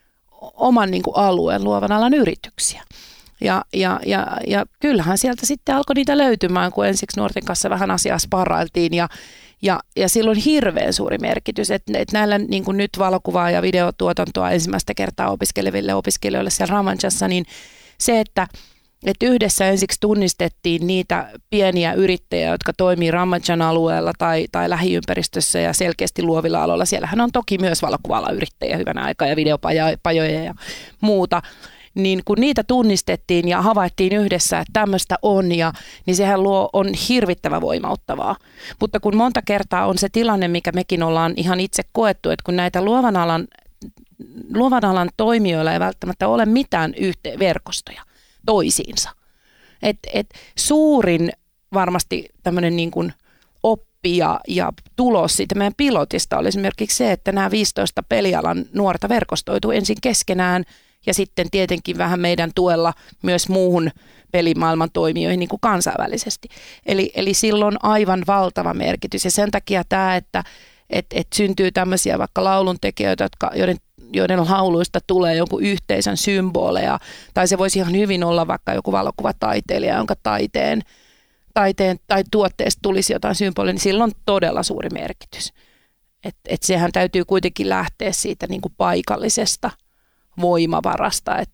oman niin kuin alueen luovan alan yrityksiä. Ja, ja, ja, ja kyllähän sieltä sitten alkoi niitä löytymään, kun ensiksi nuorten kanssa vähän asiaa sparrailtiin ja, ja, ja silloin hirveän suuri merkitys, että, että näillä niin kuin nyt valokuvaa ja videotuotantoa ensimmäistä kertaa opiskeleville opiskelijoille siellä Ramanjassa, niin se, että, että yhdessä ensiksi tunnistettiin niitä pieniä yrittäjiä, jotka toimii Ramanjan alueella tai, tai lähiympäristössä ja selkeästi luovilla aloilla. Siellähän on toki myös valokuva-alan yrittäjiä hyvänä aikaa ja videopajoja ja muuta. Niin kun niitä tunnistettiin ja havaittiin yhdessä, että tämmöistä on, ja, niin sehän luo, on hirvittävän voimauttavaa. Mutta kun monta kertaa on se tilanne, mikä mekin ollaan ihan itse koettu, että kun näitä luovan alan, luovan alan toimijoilla ei välttämättä ole mitään yhteen verkostoja toisiinsa. Et, et suurin varmasti tämmöinen niin kuin oppi ja, ja tulos siitä meidän pilotista oli esimerkiksi se, että nämä viisitoista pelialan nuorta verkostoituu ensin keskenään, ja sitten tietenkin vähän meidän tuella myös muuhun pelimaailman toimijoihin niin kuin kansainvälisesti. Eli, eli silloin aivan valtava merkitys. Ja sen takia tämä, että et, et syntyy tämmöisiä vaikka lauluntekijöitä, jotka, joiden, joiden lauluista tulee jonkun yhteisön symboleja. Tai se voisi ihan hyvin olla vaikka joku valokuvataiteilija, jonka taiteen, taiteen tai tuotteesta tulisi jotain symbolia, niin sillä on todella suuri merkitys. Et, et sehän täytyy kuitenkin lähteä siitä niin kuin paikallisesta voimavarasta, että,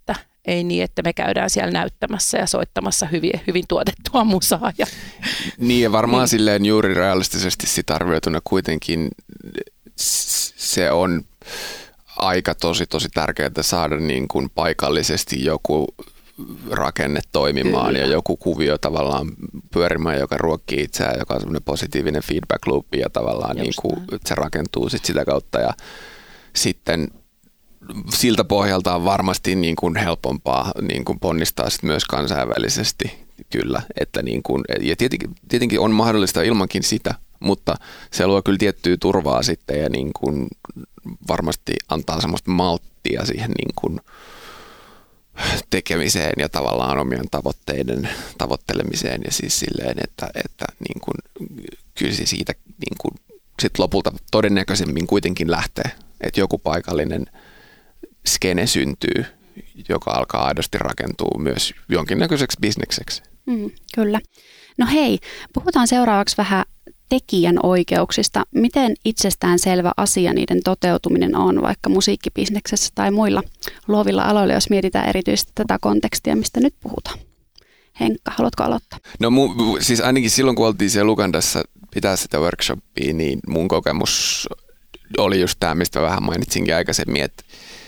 ei niin, että me käydään siellä näyttämässä ja soittamassa hyvin, hyvin tuotettua musaa. Ja, niin ja varmaan niin. silleen juuri realistisesti sit arvioituna kuitenkin se on aika tosi tosi tärkeää saada niin kuin paikallisesti joku rakenne toimimaan Kyllä. ja joku kuvio tavallaan pyörimään, joka ruokkii itseään, joka on semmoinen positiivinen feedback loop ja tavallaan niin kuin, se rakentuu sit sitä kautta ja sitten siltä pohjalta on varmasti niin kuin helpompaa niin kuin ponnistaa sit myös kansainvälisesti kyllä, että niin kuin, ja tietenkin, tietenkin on mahdollista ilmankin sitä, mutta se luo kyllä tiettyä turvaa sitten ja niin kuin varmasti antaa semmoista malttia siihen niin kuin tekemiseen ja tavallaan omien tavoitteiden tavoittelemiseen ja siis silleen, että, että niin kuin, kyllä se siitä niin kuin sit lopulta todennäköisemmin kuitenkin lähtee, että joku paikallinen skene syntyy, joka alkaa aidosti rakentua myös jonkinnäköiseksi bisnekseksi. Mm, kyllä. No hei, puhutaan seuraavaksi vähän tekijän oikeuksista. Miten itsestäänselvä asia niiden toteutuminen on vaikka musiikkibisneksessä tai muilla luovilla aloilla, jos mietitään erityisesti tätä kontekstia, mistä nyt puhutaan? Henkka, haluatko aloittaa? No mu, siis ainakin silloin, kun oltiin siellä Ugandassa pitää sitä workshoppia, niin mun kokemus oli just tämä, mistä vähän mainitsinkin aikaisemmin, että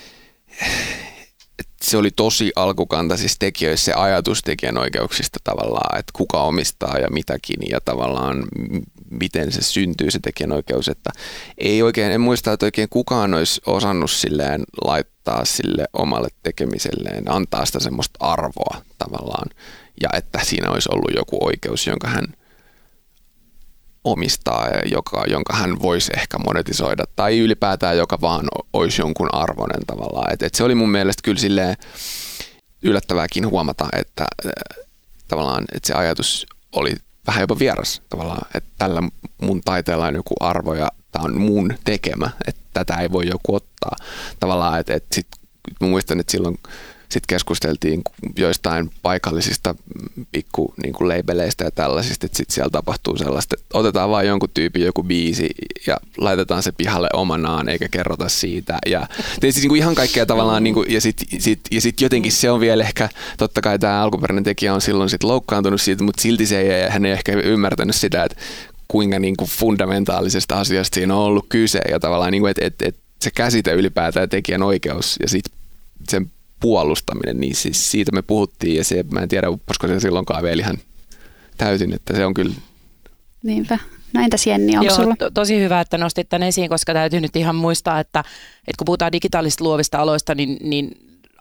se oli tosi alkukantaisissa tekijöissä se ajatus tekijänoikeuksista tavallaan, että kuka omistaa ja mitäkin ja tavallaan miten se syntyy se tekijänoikeus, että ei oikein, en muista, että oikein kukaan olisi osannut silleen laittaa sille omalle tekemiselleen, antaa sitä semmoista arvoa tavallaan ja että siinä olisi ollut joku oikeus, jonka hän omistaa ja joka, jonka hän voisi ehkä monetisoida tai ylipäätään joka vaan olisi jonkun arvoinen tavallaan. Et, et se oli mun mielestä kyllä silleen yllättävääkin huomata, että äh, tavallaan että se ajatus oli vähän jopa vieras tavallaan, että tällä mun taiteella on joku arvo ja tämä on mun tekemä, että tätä ei voi joku ottaa. Tavallaan, että et sit mä muistan, että silloin sitten keskusteltiin joistain paikallisista pikku niin kuin labeleistä ja tällaisista, että sitten siellä tapahtuu sellaista, että otetaan vaan jonkun tyypin joku biisi ja laitetaan se pihalle omanaan eikä kerrota siitä. Ja siis niin kuin ihan kaikkea tavallaan, niin kuin, ja sitten sit, ja sit jotenkin se on vielä ehkä, totta kai tämä alkuperäinen tekijä on silloin sit loukkaantunut siitä, mutta silti se ei, hän ei ehkä ymmärtänyt sitä, että kuinka niin kuin fundamentaalisesta asiasta siinä on ollut kyse ja tavallaan, niin kuin, että, että, että se käsite ylipäätään tekijän oikeus ja sitten sen puolustaminen, niin siis siitä me puhuttiin ja se, mä en tiedä, upposko se silloinkaan vielä ihan täysin, että se on kyllä. Niinpä. No entäs Jenni, onko Joo, sulla? To, tosi hyvä, että nostit tämän esiin, koska täytyy nyt ihan muistaa, että, että kun puhutaan digitaalisista luovista aloista, niin, niin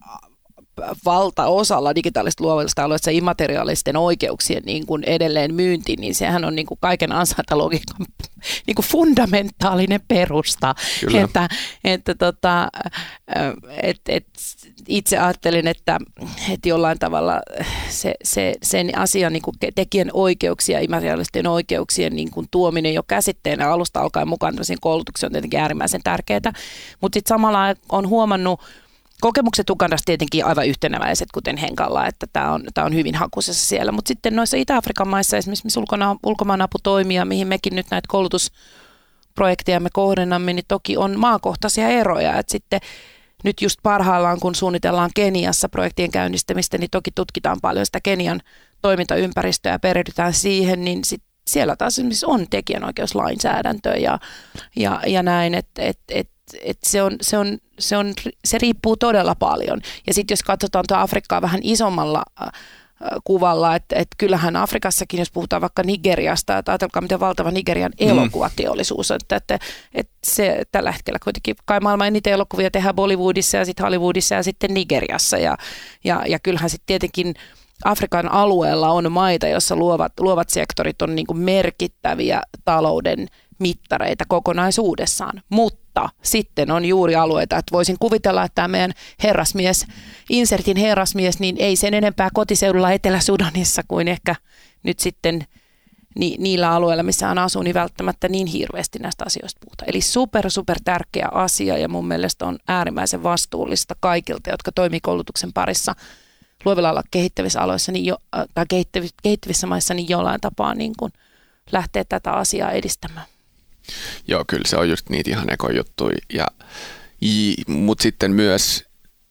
valtaosalla digitaalista luovista aloista se immateriaalisten oikeuksien niin kuin edelleen myynti, niin sehän on niin kuin kaiken ansaintalogiikan niin kuin fundamentaalinen perusta. Että, että tota, et, et itse ajattelin, että, että jollain tavalla se, se, sen asian niin kuin tekijän oikeuksia, immateriaalisten oikeuksien niin kuin tuominen jo käsitteenä alusta alkaen mukaan siinä koulutuksessa on tietenkin äärimmäisen tärkeää, mutta sitten samalla on huomannut kokemukset Ugandasta tietenkin aivan yhtenäväiset, kuten Henkalla, että tämä on, tämä on hyvin hakusessa siellä. Mutta sitten noissa Itä-Afrikan maissa, esimerkiksi missä ulkona, ulkomaanapu toimii, mihin mekin nyt näitä koulutusprojekteja me kohdennamme, niin toki on maakohtaisia eroja. Et sitten nyt just parhaillaan, kun suunnitellaan Keniassa projektien käynnistämistä, niin toki tutkitaan paljon sitä Kenian toimintaympäristöä ja perehdytään siihen, niin sit siellä taas esimerkiksi on tekijänoikeuslainsäädäntö ja, ja, ja näin, että et, et, et se, on, se, on, se, on, se riippuu todella paljon. Ja sitten jos katsotaan tuota Afrikkaa vähän isommalla äh, kuvalla, että et kyllähän Afrikassakin, jos puhutaan vaikka Nigeriasta, että ajatelkaa miten valtava Nigerian elokuvateollisuus on, että, että, että se tällä hetkellä kuitenkin kai maailman eniten elokuvia tehdään Bollywoodissa ja sitten Hollywoodissa ja sitten Nigeriassa ja, ja, ja kyllähän sitten tietenkin Afrikan alueella on maita, joissa luovat, luovat sektorit on niin kuin merkittäviä talouden mittareita kokonaisuudessaan, mutta sitten on juuri alueita, että voisin kuvitella, että tämä meidän herrasmies, insertin herrasmies, niin ei sen enempää kotiseudulla Etelä-Sudanissa kuin ehkä nyt sitten ni, niillä alueilla, missä hän asuu, niin välttämättä niin hirveästi näistä asioista puhuta. Eli super, super tärkeä asia ja mun mielestä on äärimmäisen vastuullista kaikilta, jotka toimii koulutuksen parissa luovilla olla kehittävissä aloissa niin jo, tai kehittyvissä, kehittyvissä maissa niin jollain tapaa niin kuin lähteä tätä asiaa edistämään. Joo, kyllä se on just niitä ihan ekojuttuja. Ja, mutta sitten myös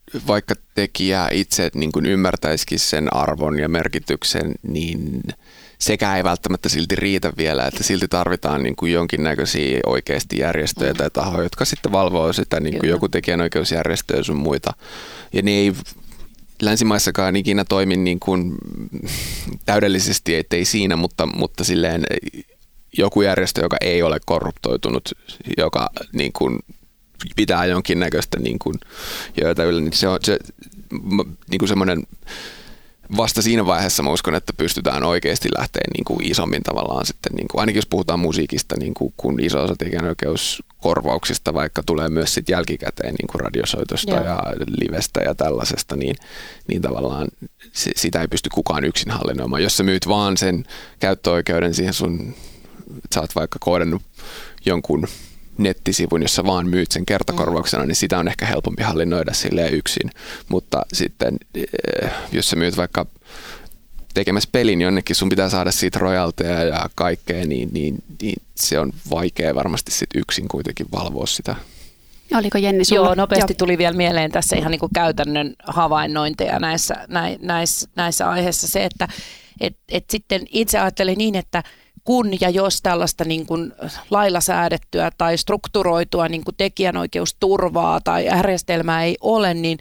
vaikka tekijä itse niin kuin ymmärtäisikin sen arvon ja merkityksen, niin sekä ei välttämättä silti riitä vielä, että silti tarvitaan niin kuin jonkinnäköisiä oikeasti järjestöjä tai tahoja, jotka sitten valvoo sitä, niin kuin joku tekijänoikeusjärjestö ja sun muita. Ja ne ei länsimaissakaan ikinä toimi niin kuin täydellisesti, ettei siinä, mutta, mutta silleen joku järjestö, joka ei ole korruptoitunut, joka niin kuin pitää jonkinnäköistä niin kuin joita yllä, niin se on se, niin kuin semmoinen vasta siinä vaiheessa mä uskon, että pystytään oikeasti lähteä niin kuin isommin tavallaan sitten, niin kuin, ainakin jos puhutaan musiikista, niin kuin, kun iso osa tekijänoikeuskorvauksista vaikka tulee myös sit jälkikäteen niin kuin radiosoitosta Joo. ja livestä ja tällaisesta, niin, niin tavallaan se, sitä ei pysty kukaan yksin hallinnoimaan. Jos sä myyt vaan sen käyttöoikeuden siihen sun, sä oot vaikka koodannut jonkun nettisivun, jossa vaan myyt sen kertakorvauksena, niin sitä on ehkä helpompi hallinnoida silleen yksin. Mutta sitten, jos sä myyt vaikka tekemässä pelin jonnekin, sun pitää saada siitä royalteja ja kaikkea, niin, niin, niin se on vaikea varmasti sit yksin kuitenkin valvoa sitä. Oliko Jenni sulla? Joo, nopeasti Joo. tuli vielä mieleen tässä ihan niin kuin käytännön havainnointeja näissä, näissä, näissä aiheissa se, että et, et sitten itse ajattelin niin, että kun ja jos tällaista niin kuin lailla säädettyä tai strukturoitua niin kuin tekijänoikeusturvaa tai järjestelmää ei ole, niin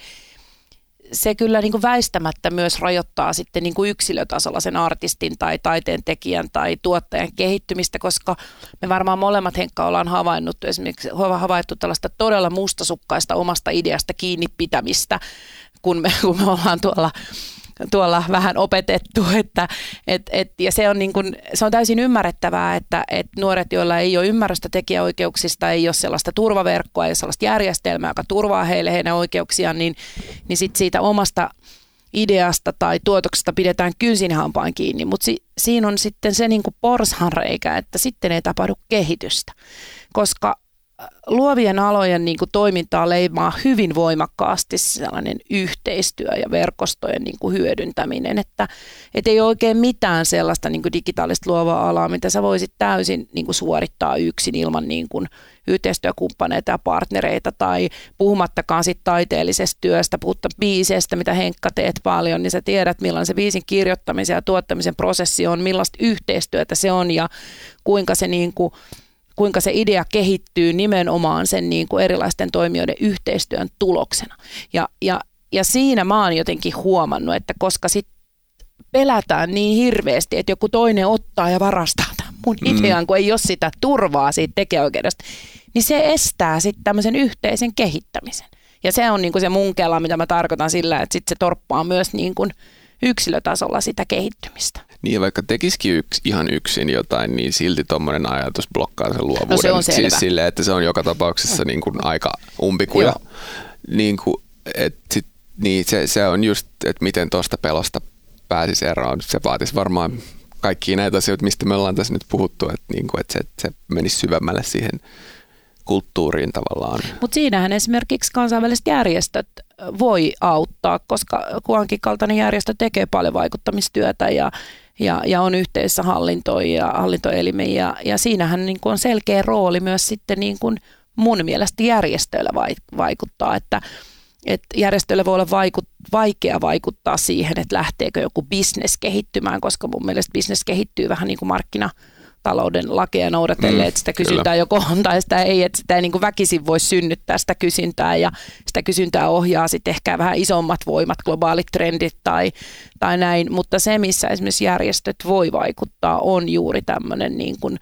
se kyllä niin kuin väistämättä myös rajoittaa sitten niin kuin yksilötasolla sen artistin tai taiteen tekijän tai tuottajan kehittymistä, koska me varmaan molemmat, Henkka, ollaan havainnut esimerkiksi havaittu tällaista todella mustasukkaista omasta ideasta kiinni pitämistä, kun me, kun me ollaan tuolla tuolla vähän opetettu, että, et, et, ja se on, niin kuin, se on täysin ymmärrettävää, että et nuoret, joilla ei ole ymmärrystä tekijäoikeuksista, ei ole sellaista turvaverkkoa, ei ole sellaista järjestelmää, joka turvaa heille heidän oikeuksiaan, niin, niin sit siitä omasta ideasta tai tuotoksesta pidetään kynsin hampaan kiinni, mutta si, siinä on sitten se niin kuin porsaanreikä, että sitten ei tapahdu kehitystä, koska luovien alojen niin kuin toimintaa leimaa hyvin voimakkaasti sellainen yhteistyö ja verkostojen niin kuin hyödyntäminen, että et ei ole oikein mitään sellaista niin kuin digitaalista luovaa alaa, mitä sä voisit täysin niin kuin suorittaa yksin ilman niin kuin yhteistyökumppaneita ja partnereita, tai puhumattakaan sit taiteellisesta työstä, puhutta biiseistä, mitä Henkka teet paljon, niin sä tiedät, millainen se biisin kirjoittamisen ja tuottamisen prosessi on, millaista yhteistyötä se on ja kuinka se niin kuin kuinka se idea kehittyy nimenomaan sen niin kuin erilaisten toimijoiden yhteistyön tuloksena. Ja, ja, ja siinä mä oon jotenkin huomannut, että koska sit pelätään niin hirveästi, että joku toinen ottaa ja varastaa tämän mun idean, mm. kun ei ole sitä turvaa siitä tekijäoikeudesta, niin se estää sitten tämmöisen yhteisen kehittämisen. Ja se on niin kuin se mun kela, mitä mä tarkoitan sillä, että sit se torppaa myös niin kuin yksilötasolla sitä kehittymistä. Niin ja vaikka tekisikin yks, ihan yksin jotain, niin silti tommoinen ajatus blokkaa sen luovuuden. No se on selvä. Siis silleen, että se on joka tapauksessa niin kuin aika umpikuja. Niin kuin, et sit, niin se, se on just, että miten tuosta pelosta pääsisi eroon. Se vaatisi varmaan kaikkia näitä asioita, mistä me ollaan tässä nyt puhuttu, että, niin kuin, että se, se menisi syvemmälle siihen kulttuuriin tavallaan. Mutta siinähän esimerkiksi kansainväliset järjestöt voi auttaa, koska Kuankin kaltainen järjestö tekee paljon vaikuttamistyötä ja, ja, ja on yhteisessä hallintoja ja hallintoelimiä. Ja, ja siinähän niin kuin on selkeä rooli myös sitten niin kuin mun mielestä järjestöillä vaikuttaa, että, että järjestöillä voi olla vaikut, vaikea vaikuttaa siihen, että lähteekö joku bisnes kehittymään, koska mun mielestä bisnes kehittyy vähän niin kuin markkina talouden lakeja noudatellen, mm, että sitä kysyntää kyllä. joko on tai sitä ei, että sitä ei niin kuin väkisin voi synnyttää sitä kysyntää ja sitä kysyntää ohjaa sitten ehkä vähän isommat voimat, globaalit trendit tai, tai näin, mutta se missä esimerkiksi järjestöt voi vaikuttaa on juuri tämmöinen niin kuin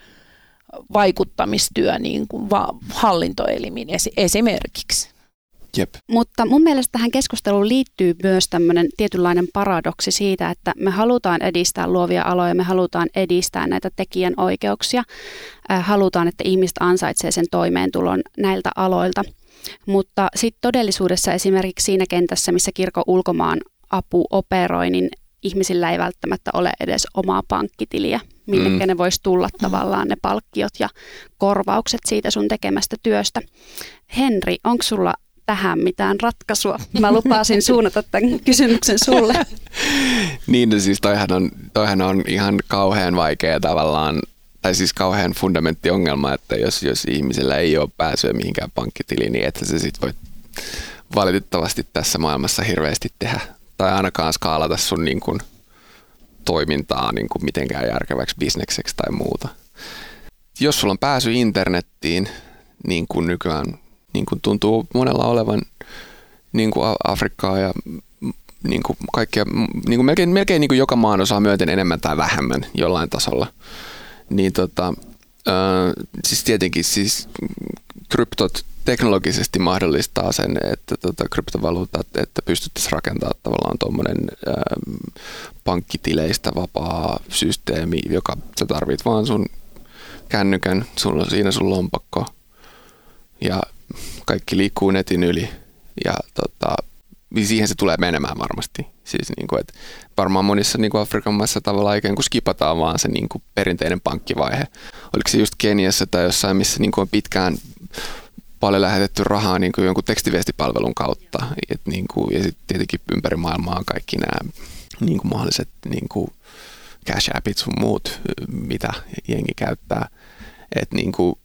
vaikuttamistyö niin kuin va- hallintoelimin esimerkiksi. Jep. Mutta mun mielestä tähän keskusteluun liittyy myös tämmöinen tietynlainen paradoksi siitä, että me halutaan edistää luovia aloja, me halutaan edistää näitä tekijän oikeuksia, äh, halutaan, että ihmiset ansaitsee sen toimeentulon näiltä aloilta. Mutta sitten todellisuudessa esimerkiksi siinä kentässä, missä kirkon ulkomaan apu operoi, niin ihmisillä ei välttämättä ole edes omaa pankkitiliä, minnekä mm. ne voisi tulla tavallaan ne palkkiot ja korvaukset siitä sun tekemästä työstä. Henri, onko sulla tähän mitään ratkaisua? Mä lupasin suunnata tämän kysymyksen sulle. Niin, no siis toihan on, toihan on ihan kauhean vaikea tavallaan, tai siis kauhean fundamentti ongelma, että jos, jos ihmisellä ei ole pääsyä mihinkään pankkitiliin, niin että se sitten voi, valitettavasti tässä maailmassa hirveästi tehdä tai ainakaan skaalata sun niin kuin toimintaa niin kuin mitenkään järkeväksi bisnekseksi tai muuta. Jos sulla on pääsy internettiin, niin kuin nykyään niin kuin tuntuu monella olevan niin kuin Afrikkaa ja niin kuin kaikkia, niin kuin melkein, melkein niin kuin joka maan osaa myöten enemmän tai vähemmän jollain tasolla, niin tota, äh, siis tietenkin siis kryptot teknologisesti mahdollistaa sen, että tota, kryptovaluutat, että pystyttäisiin rakentamaan tavallaan tuommoinen ähm, pankkitileistä vapaa systeemi, joka sä tarvit vaan sun kännykän, sulla on siinä sun lompakko ja kaikki liikkuu netin yli ja tota, siihen se tulee menemään varmasti. Siis niin kuin, että varmaan monissa niin kuin Afrikan maissa tavallaan ikään kuin skipataan vaan se niin kuin perinteinen pankkivaihe. Oliko se just Keniassa tai jossain, missä niin kuin on pitkään paljon lähetetty rahaa niin kuin jonkun tekstiviestipalvelun kautta. Et niin kuin, ja sitten tietenkin ympäri maailmaa kaikki nämä niin kuin mahdolliset niin kuin cash appit sun muut, mitä jengi käyttää. Et niin kuin,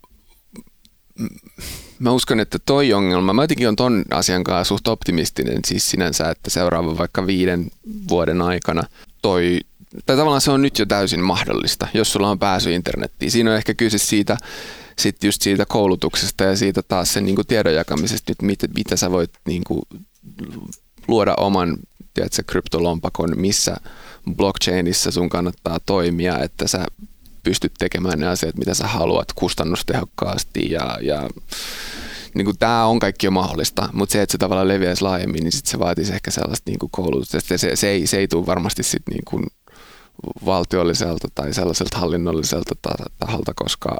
mä uskon, että toi ongelma, mä jotenkin on ton asian kanssa suht optimistinen siis sinänsä, että seuraavan vaikka viiden vuoden aikana toi, tai tavallaan se on nyt jo täysin mahdollista, jos sulla on pääsy internettiin. Siinä on ehkä kyse siitä, sit just siitä koulutuksesta ja siitä taas sen niin kuin tiedon jakamisesta, nyt mitä, mitä sä voit niin kuin luoda oman, tiedätkö, kryptolompakon, missä blockchainissa sun kannattaa toimia, että sä pystyt tekemään ne asiat, mitä sä haluat kustannustehokkaasti ja, ja niin kuin tämä on kaikki jo mahdollista, mutta se, että se tavallaan leviäisi laajemmin, niin sit se vaatisi ehkä sellaista niin kuin koulutusta. Se, se, ei, se ei tule varmasti sit niin kuin valtiolliselta tai sellaiselta hallinnolliselta taholta, koska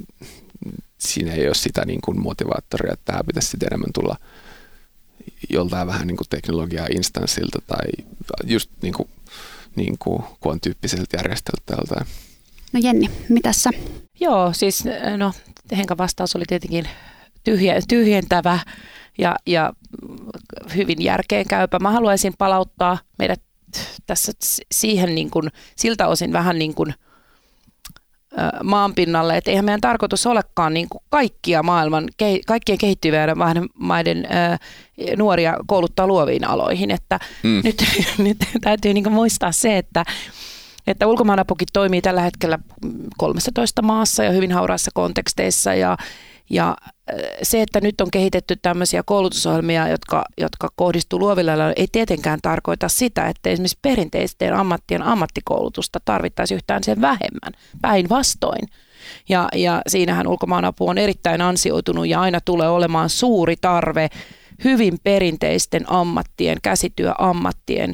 siinä ei ole sitä niin kuin motivaattoria, että tämä pitäisi sitten enemmän tulla joltain vähän niin kuin teknologiaa instanssilta tai just niin kuin, niin kuin kuon-tyyppiseltä järjestöltä. No Jenni, mitäs sä? Joo, siis no Henkan vastaus oli tietenkin tyhjä, tyhjentävä ja, ja hyvin järkeenkäypä. Mä haluaisin palauttaa meidät tässä siihen niin kuin, siltä osin vähän niin kuin maanpinnalle, että eihän meidän tarkoitus olekaan niin kuin kaikkia maailman, kaikkien kehittyvien maiden ää, nuoria kouluttaa luoviin aloihin. Että mm. nyt, nyt täytyy niin kuin muistaa se, että Että ulkomaanapukin toimii tällä hetkellä kolmessatoista maassa ja hyvin hauraissa konteksteissa ja, ja se, että nyt on kehitetty tämmöisiä koulutusohjelmia, jotka, jotka kohdistuu luoville aloille, ei tietenkään tarkoita sitä, että esimerkiksi perinteisten ammattien ammattikoulutusta tarvittaisiin yhtään sen vähemmän, päinvastoin. Ja, ja siinähän ulkomaanapu on erittäin ansioitunut ja aina tulee olemaan suuri tarve hyvin perinteisten ammattien, käsityöammattien,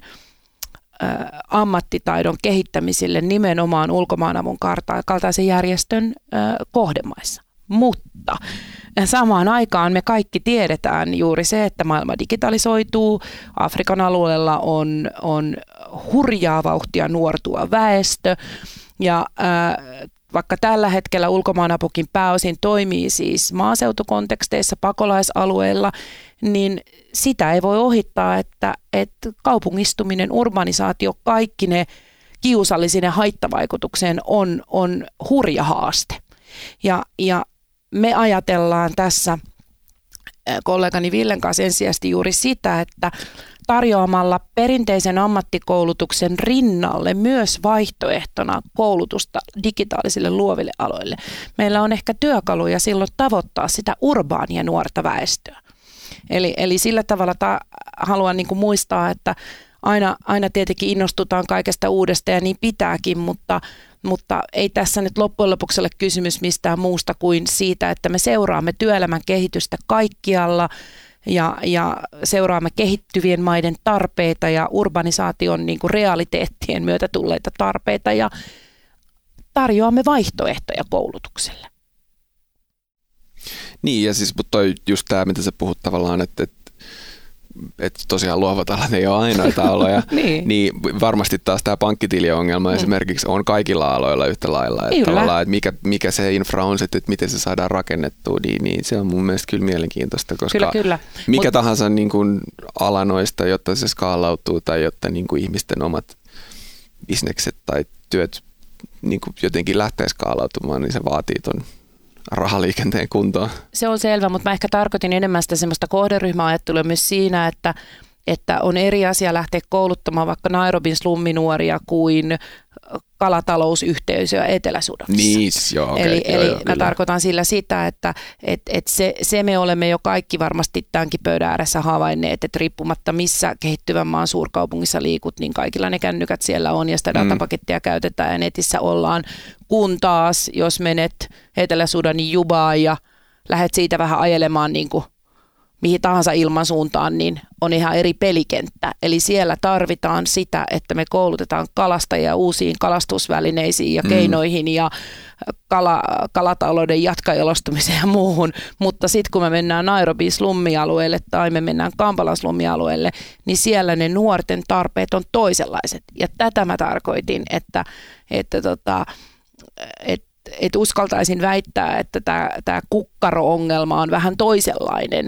ammattitaidon kehittämiselle nimenomaan ulkomaanavun kaltaisen järjestön kohdemaissa. Mutta samaan aikaan me kaikki tiedetään juuri se, että maailma digitalisoituu, Afrikan alueella on, on hurjaa vauhtia nuortua väestö ja ää, vaikka tällä hetkellä ulkomaanapukin pääosin toimii siis maaseutukonteksteissa, pakolaisalueilla, niin sitä ei voi ohittaa, että, että kaupungistuminen, urbanisaatio, kaikki ne kiusallisine haittavaikutukseen on, on hurja haaste. Ja, ja me ajatellaan tässä kollegani Villen kanssa ensisijaisesti juuri sitä, että tarjoamalla perinteisen ammattikoulutuksen rinnalle myös vaihtoehtona koulutusta digitaalisille luoville aloille. Meillä on ehkä työkaluja silloin tavoittaa sitä urbaania nuorta väestöä. Eli, eli sillä tavalla ta, haluan niin kuin muistaa, että aina, aina tietenkin innostutaan kaikesta uudesta ja niin pitääkin, mutta, mutta ei tässä nyt loppujen lopuksi ole kysymys mistään muusta kuin siitä, että me seuraamme työelämän kehitystä kaikkialla ja, ja seuraamme kehittyvien maiden tarpeita ja urbanisaation niin kuin realiteettien myötä tulleita tarpeita ja tarjoamme vaihtoehtoja koulutukselle. Niin, ja siis mutta toi just tämä, mitä sä puhut tavallaan, että, että, että tosiaan luovat alat ei ole ainoita aloja, niin. niin varmasti taas tämä pankkitiliongelma mm. esimerkiksi on kaikilla aloilla yhtä lailla, että tavallaan, että mikä, mikä se infra on, että miten se saadaan rakennettua, niin, niin se on mun mielestä kyllä mielenkiintoista, koska kyllä, kyllä. mikä Mut... tahansa niin kuin ala noista, jotta se skaalautuu tai jotta niin kuin ihmisten omat bisnekset tai työt niin kuin jotenkin lähtee skaalautumaan, niin se vaatii ton rahaliikenteen kuntoon. Se on selvä, mutta mä ehkä tarkoitin enemmän sitä semmoista kohderyhmäajattelua myös siinä, että, että on eri asia lähteä kouluttamaan vaikka Nairobin slumminuoria kuin kalatalousyhteisöä Etelä-Sudassa. Niin, joo, okay, eli joo, eli joo, mä kyllä. tarkoitan sillä sitä, että et, et se, se me olemme jo kaikki varmasti tämänkin pöydän ääressä havainneet, että riippumatta missä kehittyvän maan suurkaupungissa liikut, niin kaikilla ne kännykät siellä on ja sitä Mm. datapakettia käytetään ja netissä ollaan. Kun taas, jos menet Etelä-Sudanin Jubaan ja lähdet siitä vähän ajelemaan niin kuin mihin tahansa ilmansuuntaan, niin on ihan eri pelikenttä. Eli siellä tarvitaan sitä, että me koulutetaan kalastajia uusiin kalastusvälineisiin ja keinoihin ja kala, kalatalouden jatkajalostumiseen ja muuhun. Mutta sitten kun me mennään Nairobin slummialueelle tai me mennään Kampalan slummialueelle, niin siellä ne nuorten tarpeet on toisenlaiset. Ja tätä mä tarkoitin, että, että tota, että et uskaltaisin väittää, että tämä kukkaro-ongelma on vähän toisenlainen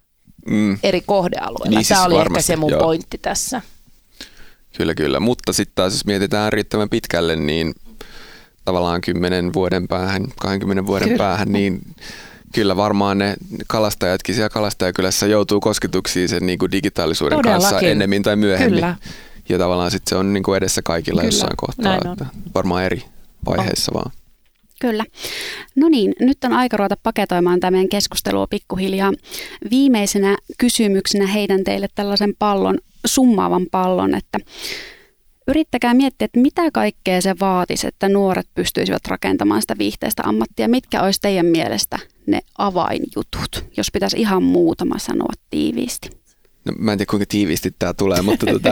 Mm. eri kohdealueilla. Niin, siis Tämä oli varmasti, ehkä se mun joo. pointti tässä. Kyllä, kyllä. Mutta sitten taas, jos mietitään riittävän pitkälle, niin tavallaan kymmenen vuoden päähän, kahdenkymmenen vuoden kyllä. päähän, niin kyllä varmaan ne kalastajatkin siellä kalastajakylässä joutuu kosketuksiin sen niin kuin digitaalisuuden Todellakin. kanssa ennemmin tai myöhemmin. Kyllä. Ja tavallaan sitten se on niin kuin edessä kaikilla kyllä. jossain kohtaa. Että varmaan eri vaiheissa oh. vaan. Kyllä. No niin, nyt on aika ruveta paketoimaan tämä meidän keskustelua pikkuhiljaa. Viimeisenä kysymyksenä heidän teille tällaisen pallon, summaavan pallon, että yrittäkää miettiä, että mitä kaikkea se vaatisi, että nuoret pystyisivät rakentamaan sitä viihteistä ammattia. Mitkä olisi teidän mielestä ne avainjutut, jos pitäisi ihan muutama sanoa tiiviisti? No, mä en tiedä, kuinka tiiviisti tämä tulee, mutta tota,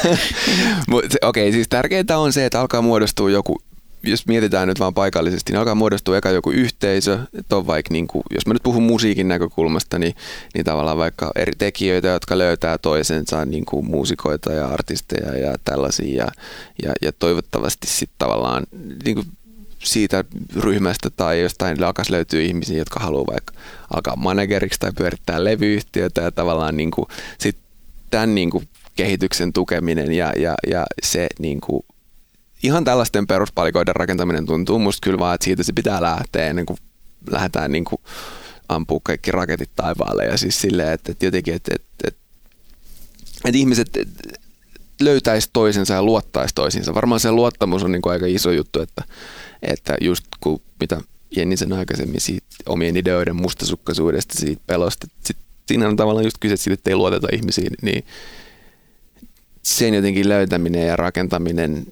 okei, okay, siis tärkeintä on se, että alkaa muodostua joku, jos mietitään nyt vaan paikallisesti, niin alkaa muodostua eka joku yhteisö, että on vaikka, niin kuin, jos mä nyt puhun musiikin näkökulmasta, niin, niin tavallaan vaikka eri tekijöitä, jotka löytää toisensa, niin kuin muusikoita ja artisteja ja tällaisia, ja, ja, ja toivottavasti sitten tavallaan niin kuin siitä ryhmästä tai jostain alkaisi löytyy ihmisiä, jotka haluaa vaikka alkaa manageriksi tai pyörittää levyyhtiötä ja tavallaan niin kuin sit tämän niin kuin kehityksen tukeminen ja, ja, ja se niin kuin ihan tällaisten peruspalikoiden rakentaminen tuntuu musta kyllä vaan, että siitä se pitää lähteä ennen kuin lähdetään niin kuin ampua kaikki raketit taivaalle ja siis silleen, että, että jotenkin, että, että, että, että ihmiset löytäisi toisensa ja luottaisi toisiinsa. Varmaan se luottamus on niin kuin aika iso juttu, että, että just kun mitä Jenni sen aikaisemmin siitä omien ideoiden mustasukkaisuudesta, siitä pelosta, sit siinä on tavallaan just kyse siitä, että ei luoteta ihmisiin, niin sen jotenkin löytäminen ja rakentaminen,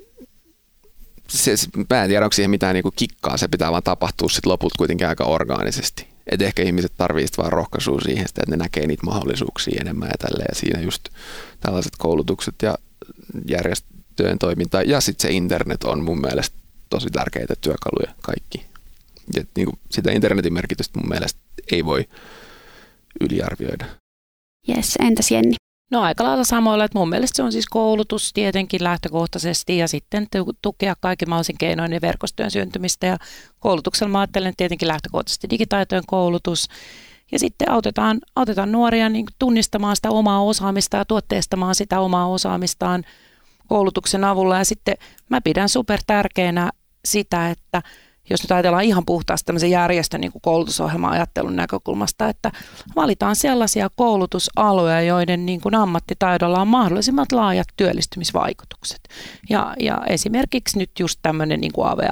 se, mä en tiedä, onko siihen mitään niinku kikkaa, se pitää vaan tapahtua sit lopulta kuitenkin aika orgaanisesti. Et ehkä ihmiset tarvitsevat vaan rohkaisua siihen, että ne näkee niitä mahdollisuuksia enemmän ja tälleen, ja siinä just tällaiset koulutukset ja järjestöjen toiminta ja sitten se internet on mun mielestä tosi tärkeitä työkaluja kaikki. Ja niinku sitä internetin merkitystä mun mielestä ei voi yliarvioida. Jes, entäs Jenni? No aika lailla samoilla, että mun mielestä se on siis koulutus tietenkin lähtökohtaisesti ja sitten tukea kaiken mahdollisen keinoin ja verkostojen syntymistä ja koulutuksella mä ajattelen tietenkin lähtökohtaisesti digitaitojen koulutus ja sitten autetaan, autetaan nuoria niin kuin tunnistamaan sitä omaa osaamista ja tuotteistamaan sitä omaa osaamistaan koulutuksen avulla ja sitten mä pidän super tärkeänä sitä, että jos nyt ajatellaan ihan puhtaasti tämmöisen järjestön niin kuin koulutusohjelma-ajattelun näkökulmasta, että valitaan sellaisia koulutusalueita, joiden niin kuin ammattitaidolla on mahdollisimman laajat työllistymisvaikutukset. Ja, ja esimerkiksi nyt just tämmöinen niin kuin A V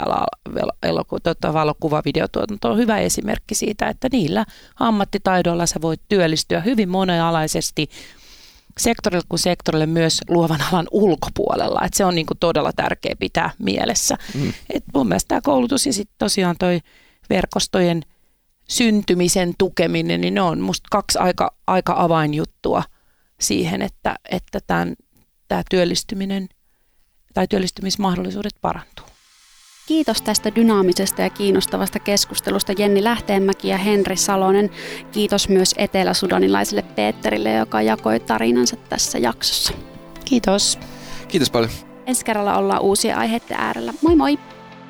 L, valokuva, videotuotanto on hyvä esimerkki siitä, että niillä ammattitaidoilla sä voit työllistyä hyvin monialaisesti sektorille kuin sektorille myös luovan alan ulkopuolella. Et se on niinku todella tärkeä pitää mielessä. Mm. Et mun mielestä tämä koulutus ja sitten tosiaan toi verkostojen syntymisen tukeminen, niin ne on musta kaksi aika, aika avainjuttua siihen, että että tämä työllistyminen tai työllistymismahdollisuudet parantuu. Kiitos tästä dynaamisesta ja kiinnostavasta keskustelusta Jenni Lähteenmäki ja Henri Salonen. Kiitos myös eteläsudanilaiselle Peterille, joka jakoi tarinansa tässä jaksossa. Kiitos. Kiitos paljon. Ensi kerralla ollaan uusien aiheiden äärellä. Moi moi!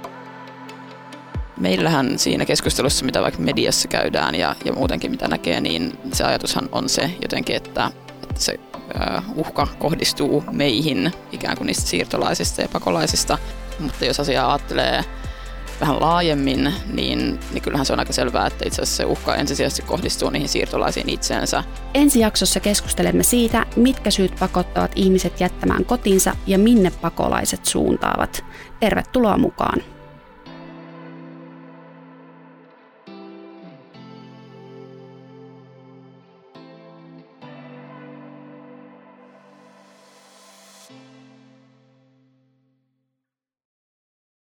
Meillähän siinä keskustelussa, mitä vaikka mediassa käydään ja, ja muutenkin mitä näkee, niin se ajatushan on se jotenkin, että, että se uhka kohdistuu meihin ikään kuin niistä siirtolaisista ja pakolaisista. Mutta jos asiaa ajattelee vähän laajemmin, niin, niin kyllähän se on aika selvää, että itse asiassa se uhka ensisijaisesti kohdistuu niihin siirtolaisiin itseensä. Ensi jaksossa keskustelemme siitä, mitkä syyt pakottavat ihmiset jättämään kotinsa ja minne pakolaiset suuntaavat. Tervetuloa mukaan!